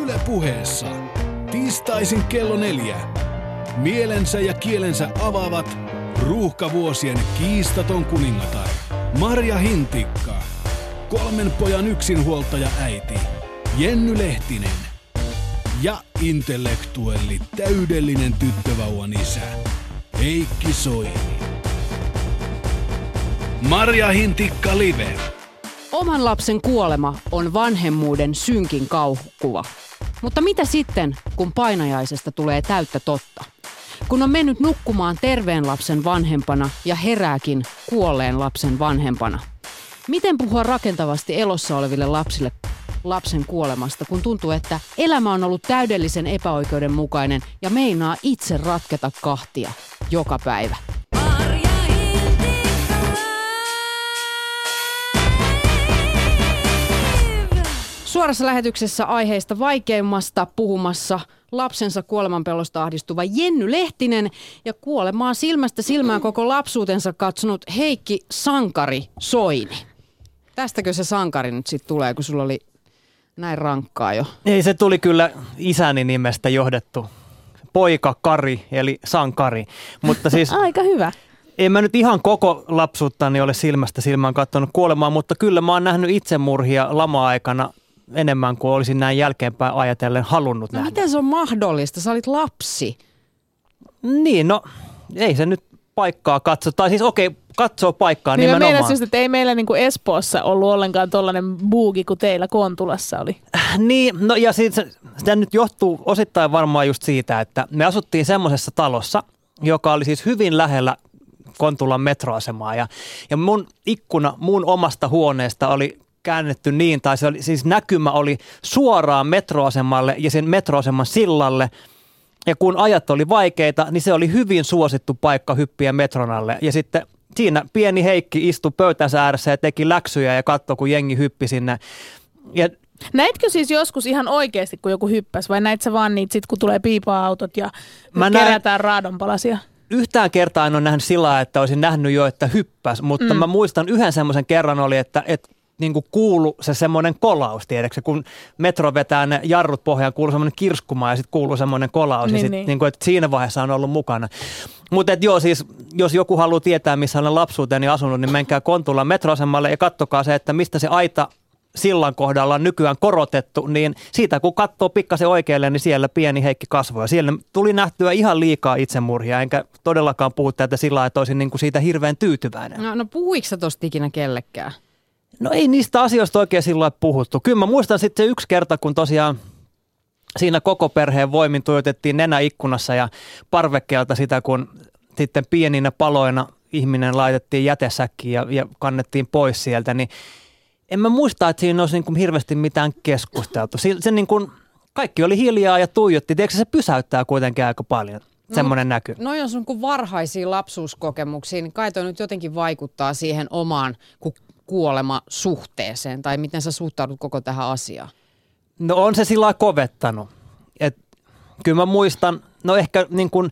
Yle Puheessa. Tiistaisin kello 4. Mielensä ja kielensä avaavat ruuhkavuosien kiistaton kuningatar Marja Hintikka. 3 pojan yksinhuoltaja äiti Jenny Lehtinen. Ja intellektuelli täydellinen tyttövauvan isä Heikki Soini. Marja Hintikka Live. Oman lapsen kuolema on vanhemmuuden synkin kauhukuva. Mutta mitä sitten, kun painajaisesta tulee täyttä totta? Kun on mennyt nukkumaan terveen lapsen vanhempana ja herääkin kuolleen lapsen vanhempana. Miten puhua rakentavasti elossa oleville lapsille lapsen kuolemasta, kun tuntuu, että elämä on ollut täydellisen epäoikeudenmukainen ja meinaa itse ratketa kahtia joka päivä? Suorassa lähetyksessä aiheesta vaikeimmasta puhumassa lapsensa kuolemanpelosta ahdistuva Jenny Lehtinen ja kuolemaa silmästä silmään koko lapsuutensa katsonut Heikki Sankari Soini. Tästäkö se sankari nyt sitten tulee, kun sulla oli näin rankkaa jo? Ei, se tuli kyllä isäni nimestä johdettu. Poika Kari, eli Sankari. Mutta siis aika hyvä. En mä nyt ihan koko lapsuuttani ole silmästä silmään katsonut kuolemaa, mutta kyllä mä oon nähnyt itsemurhia lama-aikana enemmän kuin olisin näin jälkeenpäin ajatellen halunnut nähdä. Miten se on mahdollista? Sä olit lapsi. Niin, no ei se nyt paikkaa katso. Tai siis katsoo paikkaa niin nimenomaan. Meinasin just, että ei meillä niin kuin Espoossa ollut ollenkaan tollainen buugi kuin teillä Kontulassa oli. Niin, no ja sitä nyt johtuu osittain varmaan just siitä, että me asuttiin semmoisessa talossa, joka oli siis hyvin lähellä Kontulan metroasemaa. Ja mun ikkuna mun omasta huoneesta oli käännetty niin, tai se oli, siis näkymä oli suoraan metroasemalle ja sen metroaseman sillalle. Ja kun ajat oli vaikeita, niin se oli hyvin suosittu paikka hyppiä metron alle. Ja sitten siinä pieni Heikki istui pöytänsä ääressä ja teki läksyjä ja katsoi, kun jengi hyppi sinne. Ja näitkö siis joskus ihan oikeasti, kun joku hyppäsi, vai näit sä vaan niitä sit, kun tulee piipa-autot ja kerätään raadonpalasia? Yhtään kertaa en ole nähnyt sillä lailla, että olisin nähnyt jo, että hyppäsi, mutta mä muistan yhden semmoisen kerran oli, että niin kuin kuului se semmoinen kolaus, tiedätkö, kun metro vetää ne jarrut pohjaan, kuuluu semmoinen kirskuma ja sitten kuuluu semmoinen kolaus, niin, niin kuin, että siinä vaiheessa on ollut mukana. Mutta joo, siis jos joku haluaa tietää, missä olen lapsuuteni asunut, niin menkää Kontulan metroasemalle ja katsokaa se, että mistä se aita sillan kohdalla on nykyään korotettu, niin siitä kun katsoo pikkasen oikealle, niin siellä pieni Heikki kasvoi. Ja siellä tuli nähtyä ihan liikaa itsemurhia, enkä todellakaan puhu tätä sillä lailla, että olisin niin kuin siitä hirveän tyytyväinen. No puhuiko sä tosta ikinä kellekään? No ei niistä asioista oikein sillä lailla puhuttu. Kyllä mä muistan sitten se yksi kerta, kun tosiaan siinä koko perheen voimin tuijotettiin nenä ikkunassa ja parvekkeelta sitä, kun sitten pieninä paloina ihminen laitettiin jätesäkkiin ja kannettiin pois sieltä, niin en mä muista, että siinä olisi niin kuin hirveästi mitään keskusteltu. Se niin kuin, kaikki oli hiljaa ja tuijotti. Tiedätkö, se pysäyttää kuitenkin aika paljon, semmoinen näky. No jos on kuin varhaisia lapsuuskokemuksiin, niin kai toi nyt jotenkin vaikuttaa siihen omaan kuolemasuhteeseen, tai miten sä suhtaudut koko tähän asiaan? No on se sillä lailla kovettanut. Kyllä mä muistan, no ehkä niin kuin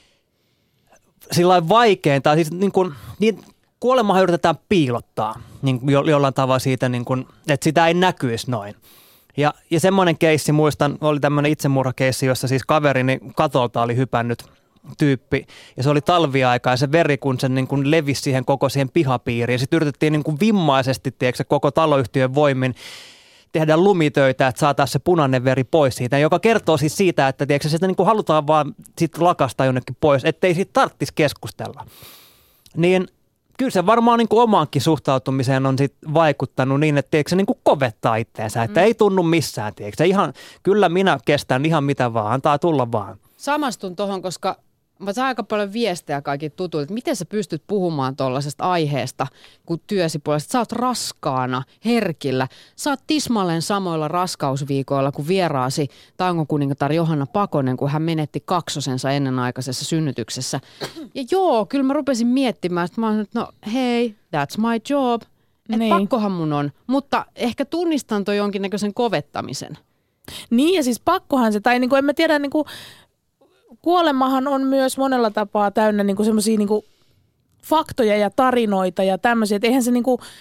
sillä lailla vaikein, tai siis niin kuin, niin kuolemahan yritetään piilottaa niin jollain tavalla siitä, niin kuin, että sitä ei näkyisi noin. Ja semmoinen keissi, muistan, oli tämmöinen itsemurhakeissi, jossa siis kaverini katolta oli hypännyt tyyppi. Ja se oli talviaika ja se veri, kun se niin kuin levisi siihen koko siihen pihapiiriin. Sitten yritettiin niin kuin vimmaisesti, tiedätkö, koko taloyhtiön voimin tehdä lumitöitä, että saataisiin se punainen veri pois siitä, joka kertoo siis siitä, että tiedätkö, sitä niin kuin halutaan vaan sit lakasta jonnekin pois, ettei siitä tarvitsisi keskustella. Niin kyllä se varmaan niin kuin omaankin suhtautumiseen on sit vaikuttanut niin, että tiedätkö, se niin kuin kovettaa itseensä, että ei tunnu missään. Tiedätkö, ihan, kyllä minä kestän ihan mitä vaan, antaa tulla vaan. Samastun tohon, koska mä saan aika paljon viestejä kaikki tutuilta, että miten sä pystyt puhumaan tuollaisesta aiheesta, kun työsi puolesta. Sä oot raskaana, herkillä. Sä oot tismalleen samoilla raskausviikoilla kuin vieraasi tangon kuningatar Johanna Pakonen, kun hän menetti kaksosensa ennenaikaisessa synnytyksessä. Ja joo, kyllä mä rupesin miettimään, että mä oon no hei, that's my job. Että niin. Pakkohan mun on, mutta ehkä tunnistan toi jonkinnäköisen kovettamisen. Niin ja siis pakkohan se, tai niin kuin en mä tiedä, niin kuin kuolemahan on myös monella tapaa täynnä niin kuin semmoisia niin kuin faktoja ja tarinoita ja tämmöisiä, että eihän se niin kuin,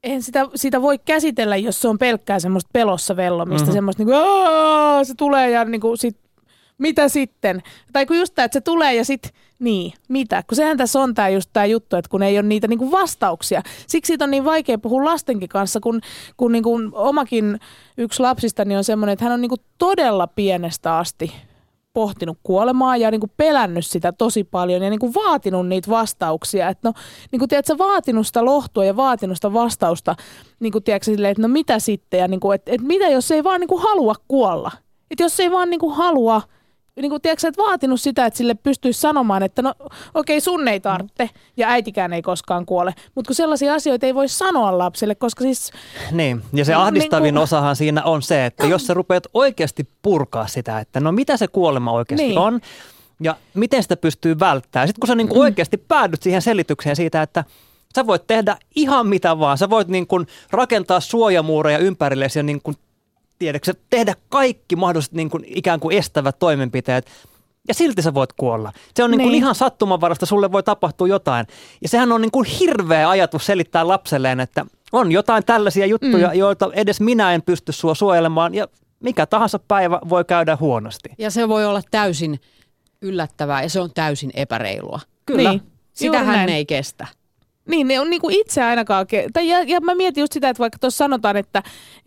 eihän sitä voi käsitellä, jos se on pelkkää semmoista pelossa vellomista, semmoista niin kuin, se tulee ja niin kuin mitä sitten? Tai kun just tämä, että se tulee ja sitten, mitä? Kun sehän tässä on just tämä juttu, että kun ei ole niitä niin kuin vastauksia. Siksi siitä on niin vaikea puhua lastenkin kanssa, kun niin kuin omakin yksi lapsistani on semmoinen, että hän on niin kuin todella pienestä asti pohtinut kuolemaa ja niin kuin pelännyt sitä tosi paljon ja niin kuin vaatinut niitä vastauksia. Että no, niin kuin tiedätkö, vaatinut sitä lohtua ja vaatinut sitä vastausta, niin kuin tiedätkö, silleen, että no mitä sitten ja niin kuin, että mitä jos ei vaan niin kuin halua kuolla. Että jos ei vaan niin kuin halua, niin kuin tiedätkö, että vaatinut sitä, että sille pystyisi sanomaan, että no okei, sun ei tarvitse ja äitikään ei koskaan kuole. Mutta kun sellaisia asioita ei voi sanoa lapselle, koska siis... Niin, ja se ahdistavin osahan siinä on se, että jos sä rupeat oikeasti purkaa sitä, että no mitä se kuolema oikeasti on ja miten sitä pystyy välttämään. Sitten kun sä niin kuin oikeasti päädyt siihen selitykseen siitä, että sä voit tehdä ihan mitä vaan. Sä voit niin kuin rakentaa suojamuureja ympärillesi ja niin kuin tiedätkö, tehdä kaikki mahdolliset niin kuin ikään kuin estävät toimenpiteet ja silti sä voit kuolla. Se on niin kuin ihan sattumanvarasta, sulle voi tapahtua jotain. Ja sehän on niin kuin hirveä ajatus selittää lapselleen, että on jotain tällaisia juttuja, joita edes minä en pysty sua suojelemaan ja mikä tahansa päivä voi käydä huonosti. Ja se voi olla täysin yllättävää ja se on täysin epäreilua. Kyllä. Niin. Sitähän ei kestä. Niin, ne on niin kuin itse ainakaan, ja mä mietin just sitä, että vaikka tuossa sanotaan, että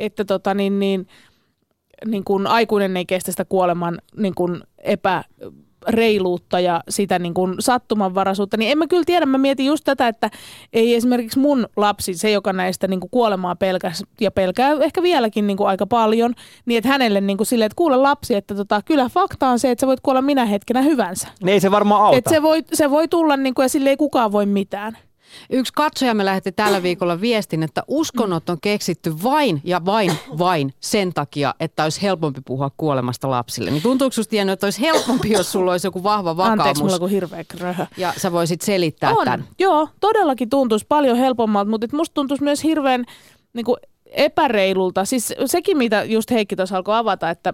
niin kuin aikuinen ei kestä sitä kuoleman niin kuin epäreiluutta ja sitä niin kuin sattumanvaraisuutta, niin en mä kyllä tiedä, mä mietin just tätä, että ei esimerkiksi mun lapsi, se joka näistä niin kuin kuolemaa pelkäs ja pelkää ehkä vieläkin niin kuin aika paljon, niin että hänelle niin kuin silleen, että kuule lapsi, että kyllä fakta on se, että sä voit kuolla minä hetkenä hyvänsä. Niin ei se varmaan auta. Että se voi tulla niin kuin, ja sille ei kukaan voi mitään. Yksi katsojamme lähetti tällä viikolla viestin, että uskonnot on keksitty vain sen takia, että olisi helpompi puhua kuolemasta lapsille. Niin tuntuuko susta Jenny, että olisi helpompi, jos sulla olisi joku vahva vakaumus? Anteeksi, mulla on hirveä kröhö. Ja sä voisit selittää tämän. Joo, todellakin tuntuisi paljon helpommalta, mutta musta tuntuisi myös hirveän niin kuin epäreilulta. Siis sekin, mitä just Heikki tuossa alkoi avata, että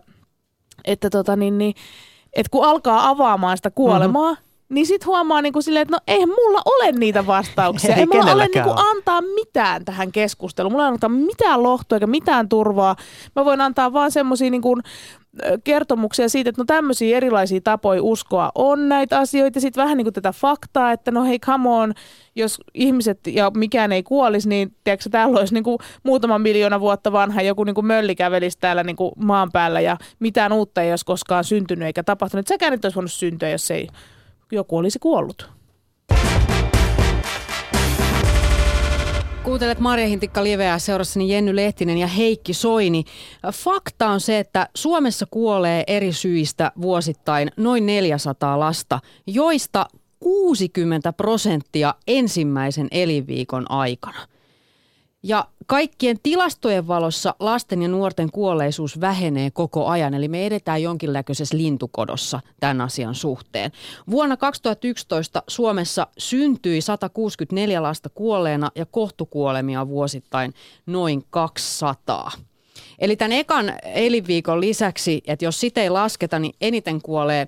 kun alkaa avaamaan sitä kuolemaa, niin sit huomaa niinku silleen, että no eihän mulla ole niitä vastauksia. Ei mulla ole niinku antaa mitään tähän keskusteluun. Mulla ei antaa mitään lohtua eikä mitään turvaa. Mä voin antaa vaan semmosia niinku kertomuksia siitä, että no tämmöisiä erilaisia tapoja uskoa on näitä asioita. Sitten vähän niinku tätä faktaa, että no hei come on, jos ihmiset ja mikään ei kuolisi, niin tiedätkö, täällä olisi niinku muutama miljoona vuotta vanha joku niinku mölli kävelisi täällä niinku maan päällä ja mitään uutta ei olisi koskaan syntynyt eikä tapahtunut. Säkään nyt olisi voinut syntyä, jos ei joku olisi kuollut. Kuuntelet Marja Hintikka Liveä, seurassani Jenny Lehtinen ja Heikki Soini. Fakta on se, että Suomessa kuolee eri syistä vuosittain noin 400 lasta, joista 60% ensimmäisen elinviikon aikana. Ja kaikkien tilastojen valossa lasten ja nuorten kuolleisuus vähenee koko ajan, eli me edetään jonkinlaisessa lintukodossa tämän asian suhteen. Vuonna 2011 Suomessa syntyi 164 lasta kuolleena ja kohtukuolemia vuosittain noin 200. Eli tämän ekan elinviikon lisäksi, että jos sitä ei lasketa, niin eniten kuolee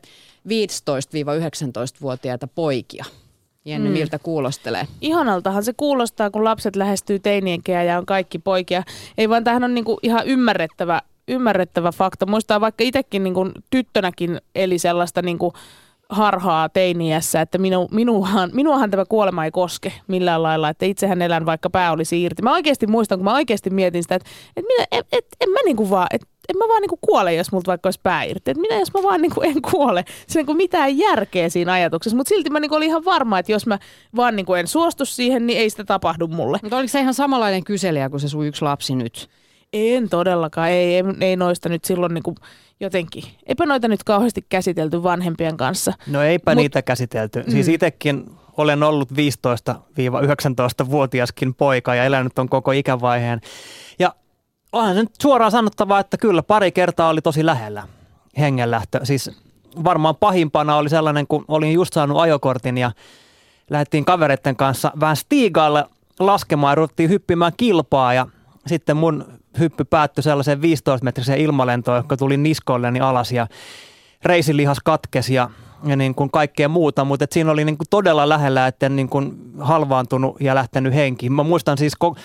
15-19-vuotiaita poikia. Jenny, miltä kuulostelee? Ihanaltahan se kuulostaa, kun lapset lähestyy teinienkejä ja on kaikki poikia. Ei vaan tämähän on niinku ihan ymmärrettävä fakta. Muistaa vaikka itsekin niinku tyttönäkin eli sellaista niinku harhaa teiniässä, että minuahan tämä kuolema ei koske millään lailla, että itsehän elän vaikka pää olisi irti. Mä oikeasti muistan, kun mä oikeasti mietin sitä, että en mä niinku vaan, en mä vaan niinku kuole, jos multa vaikka olisi pää irti. Että mitä jos mä vaan niinku en kuole? Se niinku mitään järkeä siinä ajatuksessa, mutta silti mä niinku olin ihan varma, että jos mä vaan niinku en suostu siihen, niin ei sitä tapahdu mulle. Mutta oliko se ihan samanlainen kyselijä kuin se sun yksi lapsi nyt? En todellakaan, ei noista nyt silloin niinku jotenkin. Eipä noita nyt kauheasti käsitelty vanhempien kanssa. No eipä niitä käsitelty. Siis itsekin olen ollut 15-19-vuotiaskin poika ja elänyt on koko ikävaiheen. Ja onhan se nyt suoraan sanottavaa, että kyllä pari kertaa oli tosi lähellä hengenlähtö. Siis varmaan pahimpana oli sellainen, kun olin just saanut ajokortin ja lähdettiin kavereiden kanssa vähän stiigailla laskemaan ja ruvettiin hyppimään kilpaa ja sitten mun hyppy päättyi sellaiseen 15-metriseen ilmalentoon, joka tuli niskoilleni alas ja reisilihas katkesi ja niin kuin kaikkea muuta, mutta siinä oli niin kuin todella lähellä, etten niin kuin halvaantunut ja lähtenyt henkiin. Mä muistan siis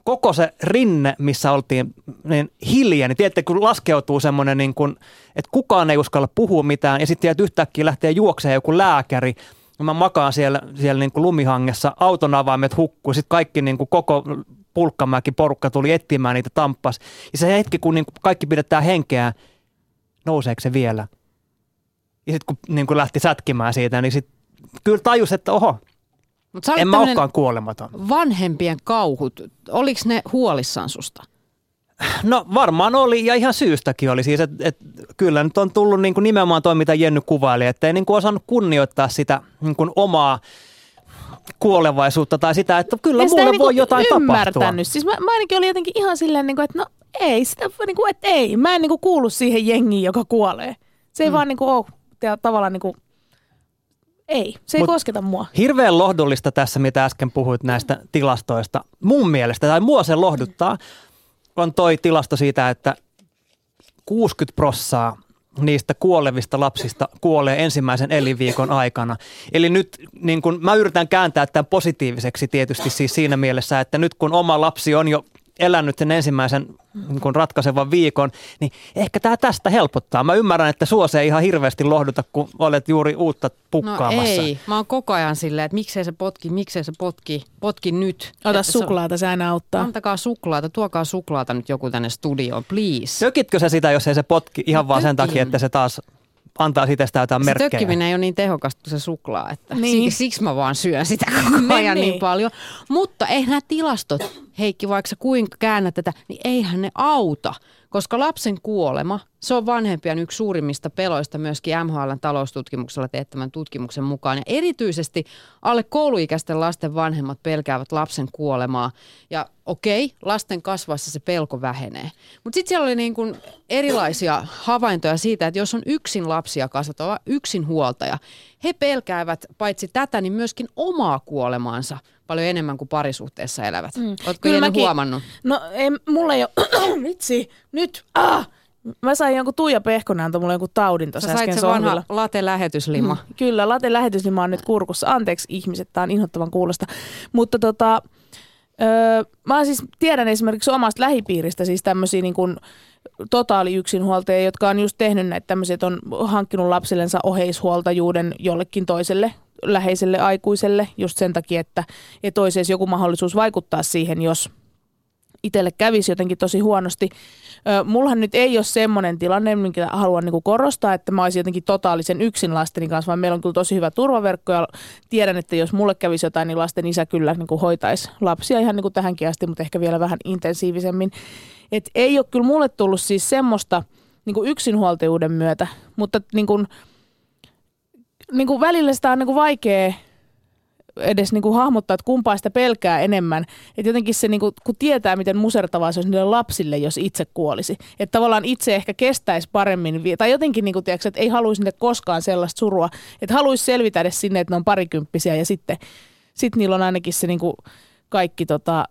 koko se rinne, missä oltiin niin hiljaa, niin tiedätte, kun laskeutuu semmoinen, niin kuin, että kukaan ei uskalla puhua mitään, ja sitten yhtäkkiä lähtee juoksemaan joku lääkäri, ja mä makaan siellä niin kuin lumihangessa, auton avaimet hukkuu, sitten kaikki niin kuin koko Pulkkamäki porukka tuli etsimään niitä, tamppas. Ja se hetki, kun niin kuin kaikki pidetään henkeä, nouseeko se vielä? Ja sitten kun niin kuin lähti sätkimään siitä, niin sitten kyllä tajus, että oho, en mä olekaan kuolematon. Vanhempien kauhut, oliko ne huolissaan susta? No varmaan oli, ja ihan syystäkin oli siis, että kyllä nyt on tullut niin kuin nimenomaan toi, mitä Jenny kuvaili, että ei niin kuin osannut kunnioittaa sitä niin kuin omaa kuolevaisuutta tai sitä, että kyllä mulle voi jotain tapahtua. Siis mä ainakin olin jotenkin ihan silleen, että no ei sitä, että ei. Mä en kuulu siihen jengiin, joka kuolee. Se ei vaan ole tavallaan ei, se ei kosketa mua. Hirveän lohdullista tässä, mitä äsken puhuit näistä tilastoista. Mun mielestä, tai mua se lohduttaa, on toi tilasto siitä, että 60% niistä kuolevista lapsista kuolee ensimmäisen elinviikon aikana. Eli nyt niin kun mä yritän kääntää tämän positiiviseksi tietysti siis siinä mielessä, että nyt kun oma lapsi on jo elänyt sen ensimmäisen niin kun ratkaisevan viikon, niin ehkä tämä tästä helpottaa. Mä ymmärrän, että sua se ei ihan hirveästi lohduta, kun olet juuri uutta pukkaamassa. No ei, mä oon koko ajan silleen, että miksei se potki nyt. Ota suklaata, se aina auttaa. Antakaa suklaata, tuokaa suklaata nyt joku tänne studioon, please. Tökitkö sä sitä, jos ei se potki ihan vaan sen takia, että se taas antaa sitä jotain merkkejä? Se tökkiminen ei ole niin tehokasta kuin se suklaa, että niin. Siksi mä vaan syön sitä koko ajan niin paljon. Mutta eihän nämä tilastot, Heikki, vaikka sä kuinka käännät tätä, niin eihän ne auta. Koska lapsen kuolema, se on vanhempien yksi suurimmista peloista myöskin MHL:n taloustutkimuksella teettämän tutkimuksen mukaan. Ja erityisesti alle kouluikäisten lasten vanhemmat pelkäävät lapsen kuolemaa. Ja okei, lasten kasvaessa se pelko vähenee. Mutta sitten siellä oli niin kuin erilaisia havaintoja siitä, että jos on yksin lapsia kasvattava, yksin huoltaja, he pelkäävät paitsi tätä, niin myöskin omaa kuolemaansa paljon enemmän kuin parisuhteessa elävät. Ootko Jenny huomannut? No ei, mulla ei ole, vitsi, nyt, mä sain jonkun Tuija Pehkonen antoi mulle jonkun taudin tuossa äsken sohvilla. Sä sait se vanha late-lähetyslima. Kyllä, late-lähetyslima on nyt kurkussa. Anteeksi ihmiset, tää on inhottavan kuulosta. Mutta mä siis tiedän esimerkiksi omasta lähipiiristä siis tämmöisiä niin kuin totaali yksinhuoltajia, jotka on just tehnyt näitä tämmöisiä, että on hankkinut lapsillensa oheishuoltajuuden jollekin toiselle läheiselle aikuiselle just sen takia, että olisi edes joku mahdollisuus vaikuttaa siihen, jos itselle kävisi jotenkin tosi huonosti. Mullahan nyt ei ole semmoinen tilanne, minkä haluan korostaa, että mä olisin jotenkin totaalisen yksin lasteni kanssa, vaan meillä on kyllä tosi hyvä turvaverkko ja tiedän, että jos mulle kävisi jotain, niin lasten isä kyllä hoitaisi lapsia ihan tähänkin asti, mutta ehkä vielä vähän intensiivisemmin. Et ei ole kyllä mulle tullut siis semmoista yksinhuoltajuuden myötä, mutta välillä sitä on vaikea edes hahmottaa, että kumpaa sitä pelkää enemmän. Että jotenkin se, kun tietää, miten musertavaa se olisi niille lapsille, jos itse kuolisi. Että tavallaan itse ehkä kestäisi paremmin, tai jotenkin, tiedätkö, että ei haluaisi niille koskaan sellaista surua. Että haluaisi selvitä edes sinne, että ne on parikymppisiä, ja sitten niillä on ainakin se kaikki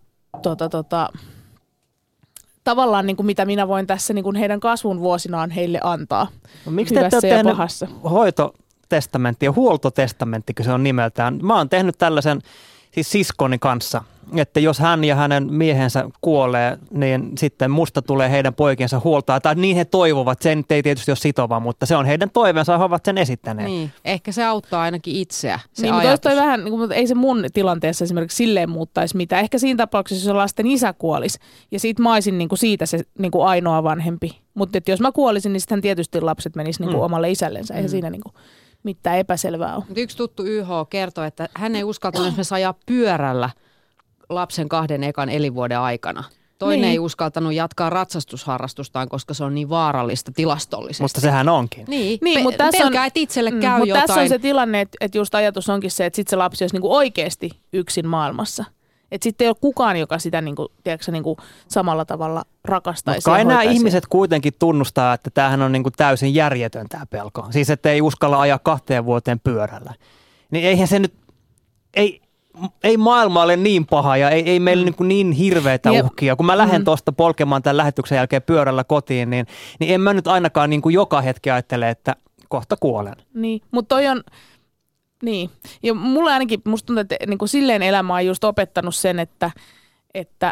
tavallaan mitä minä voin tässä heidän kasvun vuosinaan heille antaa. No, miksi te ette ole tehnyt hoitotestamentti ja huoltotestamentti, kun se on nimeltään? Mä oon tehnyt tällaisen siis siskoni kanssa, että jos hän ja hänen miehensä kuolee, niin sitten musta tulee heidän poikiensa huoltaa. Tai niin he toivovat, se ei tietysti ole sitova, mutta se on heidän toiveensa, he ovat sen esittäneet. Niin, ehkä se auttaa ainakin itseä, se niin, ajatus. Mutta vähän, mutta ei se mun tilanteessa esimerkiksi silleen muuttaisi mitään. Ehkä siinä tapauksessa, jos lasten isä kuolisi ja siitä mä olisin siitä se ainoa vanhempi. Mutta jos mä kuolisin, niin sitten tietysti lapset menisivät omalle isällensä. Eihän siinä mitään epäselvää ole. Yksi tuttu YH kertoi, että hän ei uskaltanut esimerkiksi ajaa pyörällä lapsen 2 ekan elinvuoden aikana. Toinen ei uskaltanut jatkaa ratsastusharrastustaan, koska se on niin vaarallista tilastollisesti. Mutta sehän onkin. Niin mutta tässä pelkää, että itselle käy jotain. Mutta tässä on se tilanne, että just ajatus onkin se, että sitten se lapsi olisi oikeasti yksin maailmassa. Että sitten ei ole kukaan, joka sitä tiedätkö, samalla tavalla rakastaisi. Mutta kai nämä ihmiset kuitenkin tunnustaa, että tämähän on täysin järjetön tämä pelko. Siis että ei uskalla ajaa 2 vuoteen pyörällä. Niin eihän se nyt, ei maailma ole niin paha ja ei meillä niin hirveitä uhkia. Kun mä lähden tuosta polkemaan tämän lähetyksen jälkeen pyörällä kotiin, niin en mä nyt ainakaan joka hetki ajattele, että kohta kuolen. Niin, mutta toi on... Niin, ja mulle ainakin, musta tuntuu, että silleen elämä on just opettanut sen, että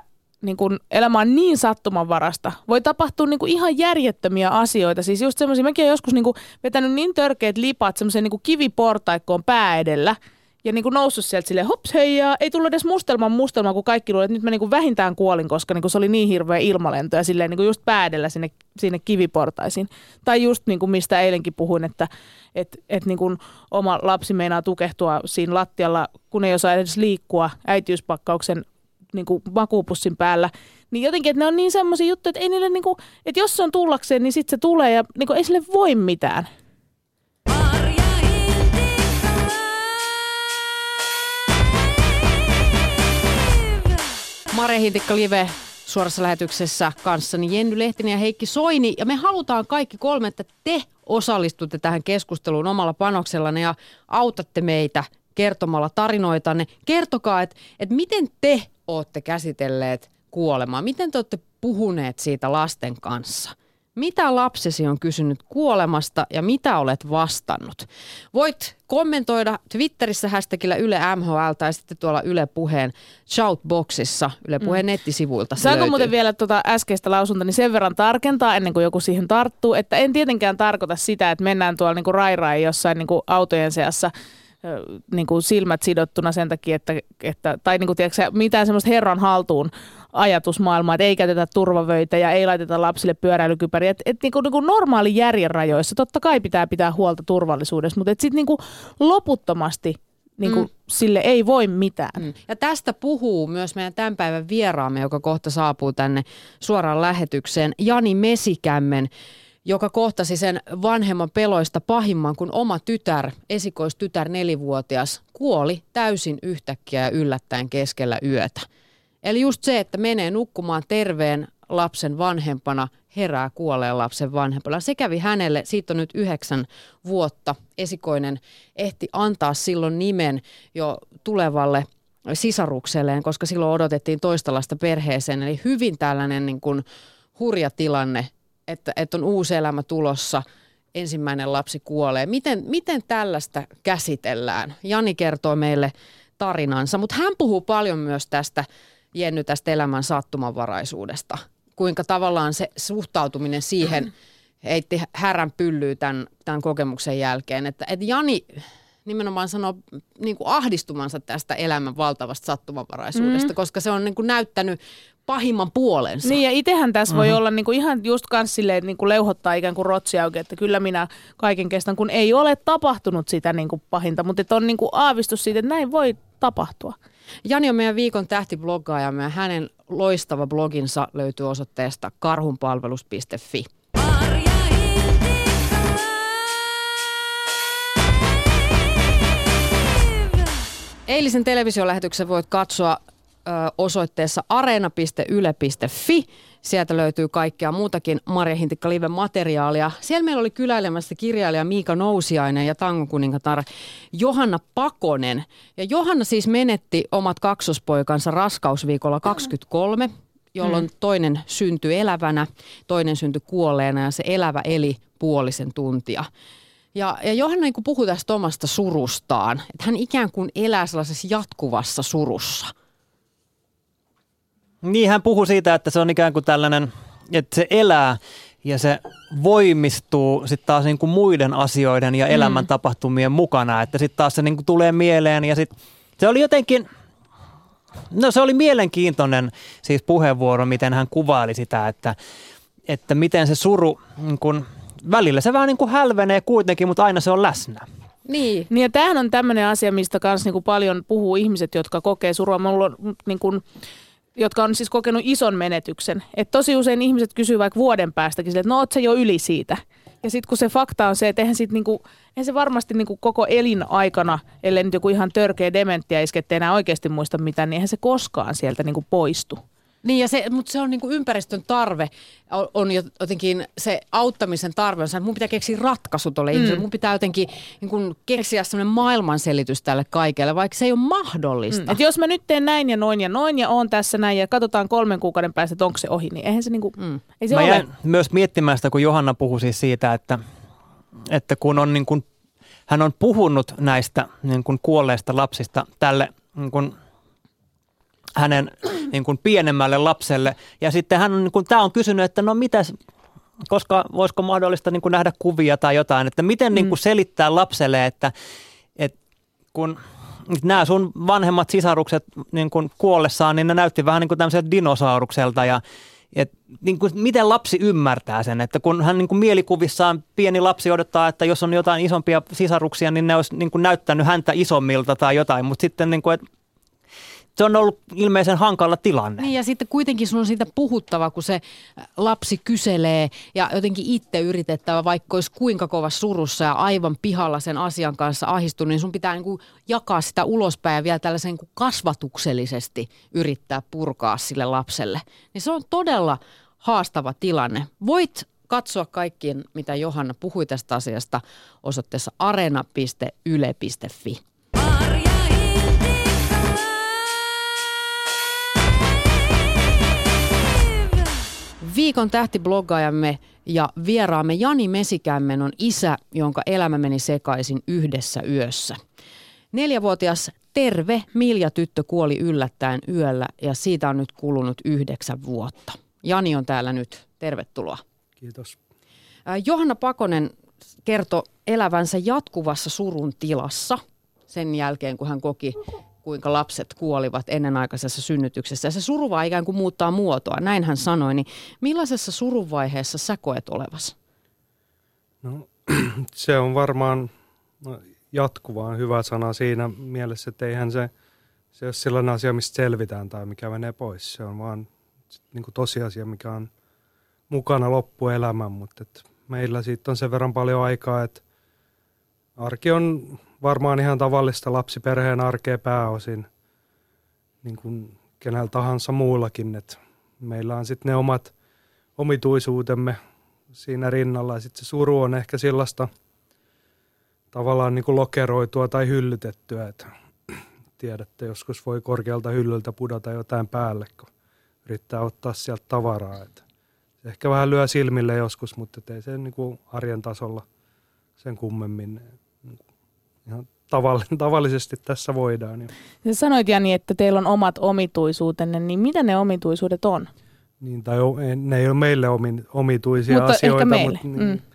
niin kun elämä on niin sattumanvarasta. Voi tapahtua niin kun ihan järjettömiä asioita. Siis just semmoisia, mäkin olen joskus niin kun vetänyt niin törkeät lipat semmoiseen niin kiviportaikkoon pää edellä. Ja niin kuin noussut sieltä silleen, hops hei, ja ei tullut edes mustelma, kun kaikki luulivat, että nyt mä niin kuin vähintään kuolin, koska niin kuin se oli niin hirveä ilmalento ja silleen niin kuin just pää edellä sinne kiviportaisiin. Tai just niin kuin mistä eilenkin puhuin, että niin kuin oma lapsi meinaa tukehtua siinä lattialla, kun ei osaa edes liikkua äitiyspakkauksen niin kuin makuupussin päällä. Niin jotenkin, että ne on niin semmoisia juttuja, että ei niille niin kuin, että jos se on tullakseen, niin sitten se tulee ja niin kuin ei sille voi mitään. Marja Hintikka Live suorassa lähetyksessä kanssani Jenny Lehtinen ja Heikki Soini. Ja me halutaan kaikki kolme, että te osallistutte tähän keskusteluun omalla panoksellanne ja autatte meitä kertomalla tarinoitanne. Kertokaa, että miten te olette käsitelleet kuolemaa, miten te olette puhuneet siitä lasten kanssa. Mitä lapsesi on kysynyt kuolemasta ja mitä olet vastannut? Voit kommentoida Twitterissä hashtagillä Yle MHL tai sitten tuolla Yle Puheen shoutboxissa Yle Puheen nettisivuilta. Saanko muuten vielä äskeistä lausunta niin sen verran tarkentaa ennen kuin joku siihen tarttuu, että en tietenkään tarkoita sitä, että mennään tuolla niin kuin rai jossain niin kuin autojen seassa niin kuin silmät sidottuna sen takia, että tai niin kuin, tiedätkö, mitään semmoista herran haltuun ajatusmaailmaa, että ei käytetä turvavöitä ja ei laiteta lapsille pyöräilykypäriä. Että niin kuin normaali järjen rajoissa totta kai pitää huolta turvallisuudesta, mutta sitten niin kuin loputtomasti niin kuin sille ei voi mitään. Ja tästä puhuu myös meidän tämän päivän vieraamme, joka kohta saapuu tänne suoraan lähetykseen, Jani Mesikämmen, joka kohtasi sen vanhemman peloista pahimman, kun oma tytär, esikoistytär 4-vuotias, kuoli täysin yhtäkkiä ja yllättäen keskellä yötä. Eli just se, että menee nukkumaan terveen lapsen vanhempana, herää kuolleen lapsen vanhempana. Se kävi hänelle, siitä on nyt 9 vuotta. Esikoinen ehti antaa silloin nimen jo tulevalle sisarukselleen, koska silloin odotettiin toista lasta perheeseen. Eli hyvin tällainen niin kuin hurja tilanne, että on uusi elämä tulossa, ensimmäinen lapsi kuolee. Miten tällaista käsitellään? Jani kertoo meille tarinansa, mutta hän puhuu paljon myös tästä, Jenny, tästä elämän sattumanvaraisuudesta. Kuinka tavallaan se suhtautuminen siihen heitti härän pyllyyn tämän kokemuksen jälkeen. Että Jani nimenomaan sanoo niin kuin ahdistumansa tästä elämän valtavasta sattumanvaraisuudesta, koska se on niin kuin näyttänyt pahimman puolensa. Niin ja itsehän tässä voi olla niinku ihan just kans silleen, että niinku leuhottaa ikään kuin rotsi auki, että kyllä minä kaiken kestän, kun ei ole tapahtunut sitä niinku pahinta, mutta on niinku aavistus siitä, että näin voi tapahtua. Jani on meidän viikon tähtibloggaajamme ja hänen loistava bloginsa löytyy osoitteesta karhunpalvelus.fi. Eilisen televisiolähetyksen voit katsoa osoitteessa areena.yle.fi. Sieltä löytyy kaikkea muutakin Marja Hintikka Liven materiaalia. Siellä meillä oli kyläilemässä kirjailija Miika Nousiainen ja tangokuningatar Johanna Pakonen. Ja Johanna siis menetti omat kaksospoikansa raskausviikolla 23, jolloin toinen syntyi elävänä, toinen syntyi kuolleena ja se elävä eli puolisen tuntia. Ja Johanna niin kuin puhui tästä omasta surustaan, että hän ikään kuin elää sellaisessa jatkuvassa surussa. Niin, hän puhui siitä, että se on ikään kuin tällainen, että se elää ja se voimistuu sitten taas niin kuin muiden asioiden ja elämän tapahtumien mukana. Että sitten taas se niin kuin tulee mieleen ja sitten se oli jotenkin, no se oli mielenkiintoinen siis puheenvuoro, miten hän kuvaili sitä, että miten se suru, niin kuin, välillä se vähän niin kuin hälvenee kuitenkin, mutta aina se on läsnä. Niin ja tämähän on tämmöinen asia, mistä kanssa niin kuin paljon puhuu ihmiset, jotka kokee surua. Mulla on niin kuin jotka on siis kokenut ison menetyksen. Et tosi usein ihmiset kysyy vaikka vuoden päästäkin, että no oot sä jo yli siitä. Ja sitten kun se fakta on se, että eihän se varmasti niinku koko elinaikana, ellei nyt joku ihan törkeä dementia iske, ettei enää oikeasti muista mitään, niin eihän se koskaan sieltä niinku poistu. Niin, mutta se on niin kuin ympäristön tarve, on jotenkin se auttamisen tarve on se, että mun pitää keksiä ratkaisu tuolle ihmiselle. Mun pitää jotenkin niin kuin keksiä sellainen maailmanselitys tälle kaikelle, vaikka se ei ole mahdollista. Et jos mä nyt teen näin ja noin ja oon tässä näin ja katsotaan 3 kuukauden päästä, että onko se ohi, niin eihän se niinku, ei se mä ole. jäin myös miettimään sitä, kun Johanna puhui siis siitä, että kun on niin kuin, hän on puhunut näistä niin kuin kuolleista lapsista tälle niin kuin hänen niin kuin pienemmälle lapselle. Ja sitten hän on, niin kuin, tämä on kysynyt, että no mitäs, koska voisiko mahdollista niin kuin nähdä kuvia tai jotain, että miten niin kuin selittää lapselle, että kun nämä sun vanhemmat sisarukset niin kuin kuollessaan, niin ne näytti vähän niin kuin tämmöiseltä dinosaurukselta ja niin kuin, miten lapsi ymmärtää sen, että kun hän niin kuin mielikuvissaan pieni lapsi odottaa, että jos on jotain isompia sisaruksia, niin ne olisi niin kuin näyttänyt häntä isommilta tai jotain, mutta sitten niin kuin, se on ollut ilmeisen hankala tilanne. Niin ja sitten kuitenkin sun on siitä puhuttava, kun se lapsi kyselee ja jotenkin itse yritettävä, vaikka olisi kuinka kova surussa ja aivan pihalla sen asian kanssa ahdistunut, niin sun pitää niin kuin jakaa sitä ulospäin ja vielä tällaisen niin kuin kasvatuksellisesti yrittää purkaa sille lapselle. Niin se on todella haastava tilanne. Voit katsoa kaikkien, mitä Johanna puhui tästä asiasta osoitteessa arena.yle.fi. Viikon tähtibloggaajamme ja vieraamme Jani Mesikämmen on isä, jonka elämä meni sekaisin yhdessä yössä. 4-vuotias terve Milja-tyttö kuoli yllättäen yöllä ja siitä on nyt kulunut 9 vuotta. Jani on täällä nyt. Tervetuloa. Kiitos. Johanna Pakonen kertoi elävänsä jatkuvassa surun tilassa sen jälkeen, kun hän koki, kuinka lapset kuolivat ennenaikaisessa synnytyksessä. Ja se suruvaihe ikään kuin muuttaa muotoa, näin hän sanoi. Niin millaisessa suruvaiheessa sä koet olevasi? No, se on varmaan jatkuvaan hyvä sana siinä mielessä, että eihän se ole sellainen asia, mistä selvitään tai mikä menee pois. Se on vaan niin kuin tosiasia, mikä on mukana loppuelämän, mutta meillä siitä on sen verran paljon aikaa, että arki on varmaan ihan tavallista lapsiperheen arkea pääosin, niin kuin kenellä tahansa muullakin. Et meillä on sitten ne omat omituisuutemme siinä rinnalla ja sitten se suru on ehkä sellaista tavallaan niin kuin lokeroitua tai hyllytettyä. Et tiedätte, joskus voi korkealta hyllyltä pudota jotain päälle, kun yrittää ottaa sieltä tavaraa. Et se ehkä vähän lyö silmille joskus, mutta ei se niin kuin arjen tasolla sen kummemmin. Ihan tavallisesti tässä voidaan. Jo. Sä sanoit, Jani, että teillä on omat omituisuutenne, niin mitä ne omituisuudet on? Niin, tai ne ei ole meille omituisia mutta asioita. Ehkä meille. Mutta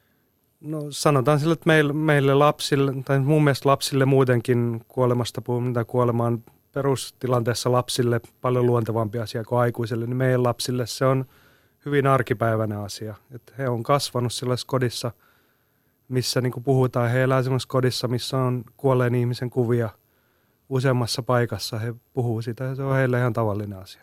no sanotaan sille, että meille lapsille, tai mun mielestä lapsille muutenkin kuolemasta puhuminen tai kuolemaan perustilanteessa lapsille paljon luontevampi asia kuin aikuisille, niin meidän lapsille se on hyvin arkipäiväinen asia. Että he on kasvanut sellaisessa kodissa, missä niin kuin puhutaan, he elää sellaisessa kodissa, missä on kuolleen ihmisen kuvia useammassa paikassa. He puhuu sitä ja se on heille ihan tavallinen asia.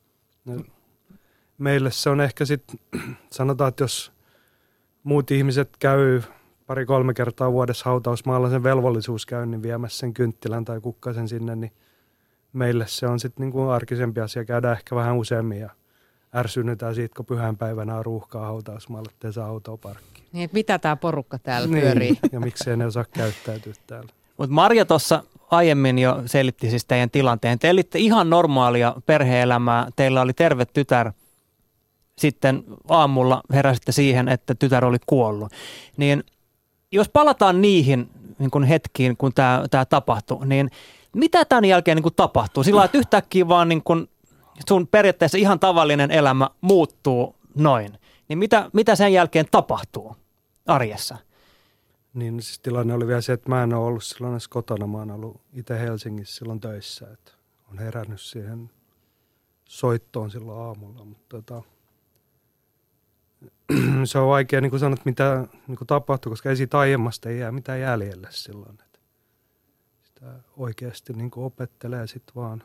Meille se on ehkä sitten, sanotaan, että jos muut ihmiset käy 2-3 kertaa vuodessa hautausmaalla sen velvollisuuskäynnin viemässä sen kynttilän tai kukkasen sinne, niin meille se on sitten niin kuin arkisempi asia käydä ehkä vähän useammin ja ärsynytään siitä, kun pyhänpäivänä on ruuhkaa hautausmaalla, ettei saa autoa parkkiin. Niin, mitä tämä porukka täällä pyörii? Niin, ja miksei ne osaa käyttäytyä täällä. Mutta Marja tuossa aiemmin jo selitti siis teidän tilanteen. Te elitte ihan normaalia perhe-elämää. Teillä oli terve tytär. Sitten aamulla heräsitte siihen, että tytär oli kuollut. Niin jos palataan niihin niin kun hetkiin, kun tämä tapahtui, niin mitä tämän jälkeen niin kun tapahtuu? Sillä lailla, että yhtäkkiä vaan niin kun sun periaatteessa ihan tavallinen elämä muuttuu noin. Niin mitä sen jälkeen tapahtuu arjessa? Niin siis tilanne oli vielä se, että mä en ole ollut silloin edes kotona. Mä oon ollut itse Helsingissä silloin töissä. Että on herännyt siihen soittoon silloin aamulla. Mutta se on vaikea niin sanoa, että mitä niin tapahtui, koska ei siitä aiemmasta ei jää mitään jäljelle silloin. Että sitä oikeasti niin opettelee sitten vaan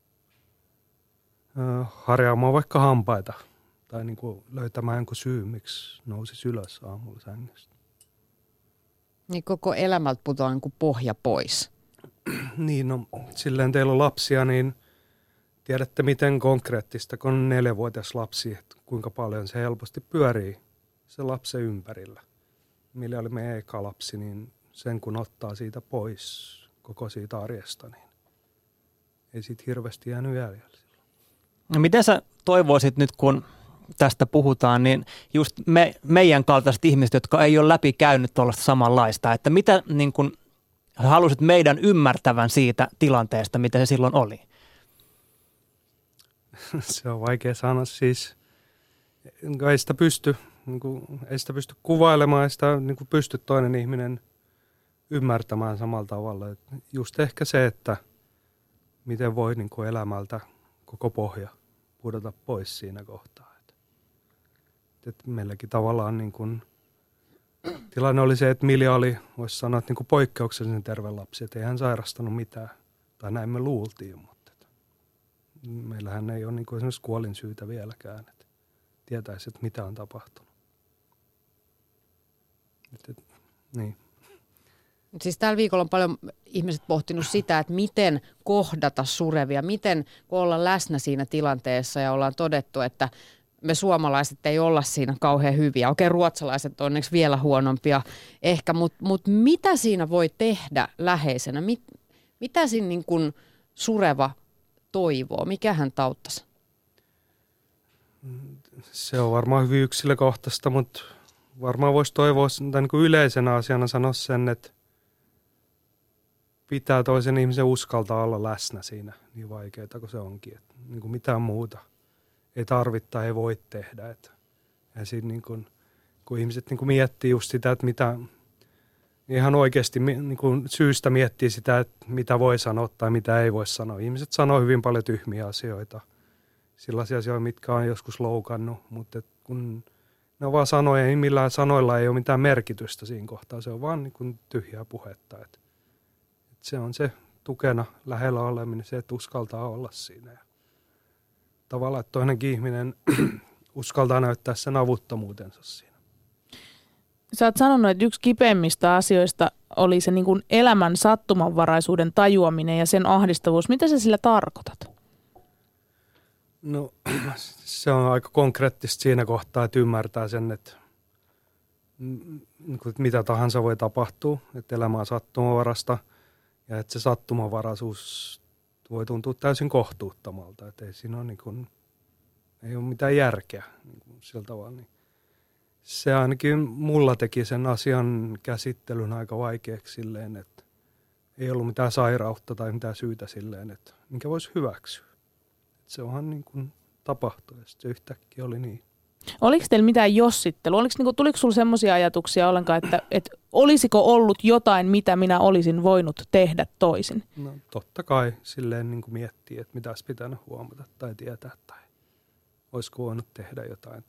harjaamaan vaikka hampaita tai niin löytämään jonkun syy, miksi nousi ylös aamulla sängystä. Niin koko elämältä putoaa niin kuin pohja pois. Niin, no silleen teillä on lapsia, niin tiedätte miten konkreettista, kun on 4-vuotias lapsi, että kuinka paljon se helposti pyörii se lapsen ympärillä. Millä oli meidän eka lapsi, niin sen kun ottaa siitä pois koko siitä arjesta, niin ei siitä hirveästi jäänyt jäljellä. No miten sä toivoisit nyt, kun tästä puhutaan, niin just meidän kaltaiset ihmiset, jotka ei ole läpikäynyt tuollaista samanlaista, että mitä niin kun halusit meidän ymmärtävän siitä tilanteesta, mitä se silloin oli? Se on vaikea sanoa siis. Ei sitä pysty, ei sitä pysty kuvailemaan, ei sitä pysty toinen ihminen ymmärtämään samalla tavalla. Et just ehkä se, että miten voi elämältä koko pohja pudota pois siinä kohtaa. Et meilläkin tavallaan tilanne oli se, että Milja oli, voisi sanoa, että poikkeuksellisen terve lapsi. Että ei hän sairastanut mitään, tai näin me luultiin, mutta meillähän ei ole esimerkiksi kuolinsyytä vieläkään, että tietäisi, että mitä on tapahtunut. Niin. Siis tällä viikolla on paljon ihmiset pohtinut sitä, että miten kohdata surevia, miten olla läsnä siinä tilanteessa, ja ollaan todettu, että me suomalaiset ei olla siinä kauhean hyviä. Okei, ruotsalaiset on onneksi vielä huonompia ehkä, mutta mitä siinä voi tehdä läheisenä? Mitä siinä sureva toivoo? Mikä hän tauttaisi? Se on varmaan hyvin yksilökohtaista, mutta varmaan voisi toivoa tai yleisenä asiana sanoa sen, että pitää toisen ihmisen uskaltaa olla läsnä siinä, niin vaikeaa kuin se onkin. Että mitään muuta ei tarvitse tai ei voi tehdä. Ja siinä kun ihmiset miettii just sitä, että mitä, ihan oikeasti syystä miettii sitä, että mitä voi sanoa tai mitä ei voi sanoa. Ihmiset sanoo hyvin paljon tyhmiä asioita, sellaisia asioita, mitkä on joskus loukannut, mutta kun ne on vaan sanoja, niin millään sanoilla ei ole mitään merkitystä siinä kohtaa. Se on vaan tyhjää puhetta. Se on se tukena lähellä oleminen, se, että uskaltaa olla siinä. Tavallaan, että toinenkin ihminen uskaltaa näyttää sen avuttomuutensa siinä. Sä oot sanonut, että yksi kipeimmistä asioista oli se elämän sattumanvaraisuuden tajuaminen ja sen ahdistavuus. Mitä sä sillä tarkoitat? No, se on aika konkreettista siinä kohtaa, että ymmärtää sen, että mitä tahansa voi tapahtua, että elämä on sattumanvarasta ja että se sattumanvaraisuus voi tuntua täysin kohtuuttomalta, että ei siinä ole, ei ole mitään järkeä sillä tavalla. Niin se ainakin mulla teki sen asian käsittelyn aika vaikeaksi silleen, että ei ollut mitään sairautta tai mitään syytä silleen, että minkä voisi hyväksyä. Että se onhan tapahtui ja se yhtäkkiä oli niin. Oliko teillä mitään jossittelua? Tuliko sinulla sellaisia ajatuksia ollenkaan, että olisiko ollut jotain, mitä minä olisin voinut tehdä toisin? No totta kai silleen miettii, että mitä olisi pitänyt huomata tai tietää tai olisiko voinut tehdä jotain.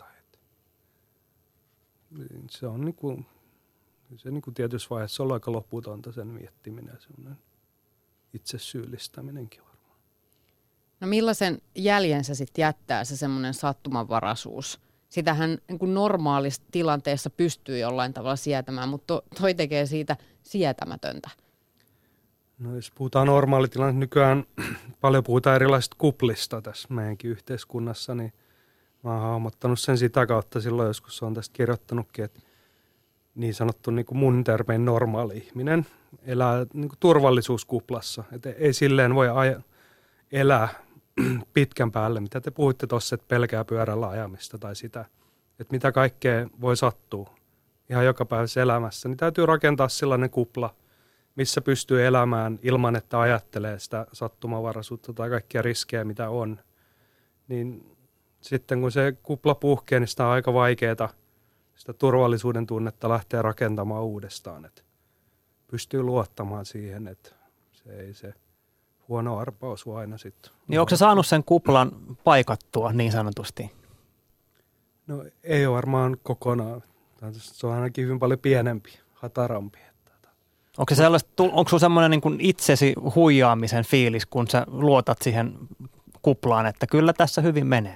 Se on se tietyssä vaiheessa on aika loputonta sen miettiminen ja semmoinen itse syyllistäminenkin varmaan. No millaisen jäljen se sitten jättää se semmoinen sattumanvaraisuus? Sitähän normaalissa tilanteessa pystyy jollain tavalla sietämään, mutta toi tekee siitä sietämätöntä. No jos puhutaan normaalitilanteesta, nykyään paljon puhutaan erilaisista kuplista tässä meidänkin yhteiskunnassa, niin mä oon hahmottanut sen sitä kautta silloin joskus on tästä kirjoittanutkin, että niin sanottu mun termein normaali ihminen elää turvallisuuskuplassa. Että ei silleen voi elää pitkän päälle, mitä te puhuitte tuossa, että pelkää pyörällä ajamista tai sitä, että mitä kaikkea voi sattua ihan jokapäiväisessä elämässä, niin täytyy rakentaa sellainen kupla, missä pystyy elämään ilman, että ajattelee sitä sattumanvaraisuutta tai kaikkia riskejä, mitä on. Niin sitten kun se kupla puhkee, niin sitä on aika vaikeaa sitä turvallisuuden tunnetta lähteä rakentamaan uudestaan, että pystyy luottamaan siihen, että se ei se huono arpaus vaan aina sitten. Niin onko se saanut sen kuplan paikattua niin sanotusti? No ei ole varmaan kokonaan. Se on ainakin hyvin paljon pienempi, hatarampi. Onko sinulla semmoinen niin kuin itsesi huijaamisen fiilis, kun sä luotat siihen kuplaan, että kyllä tässä hyvin menee?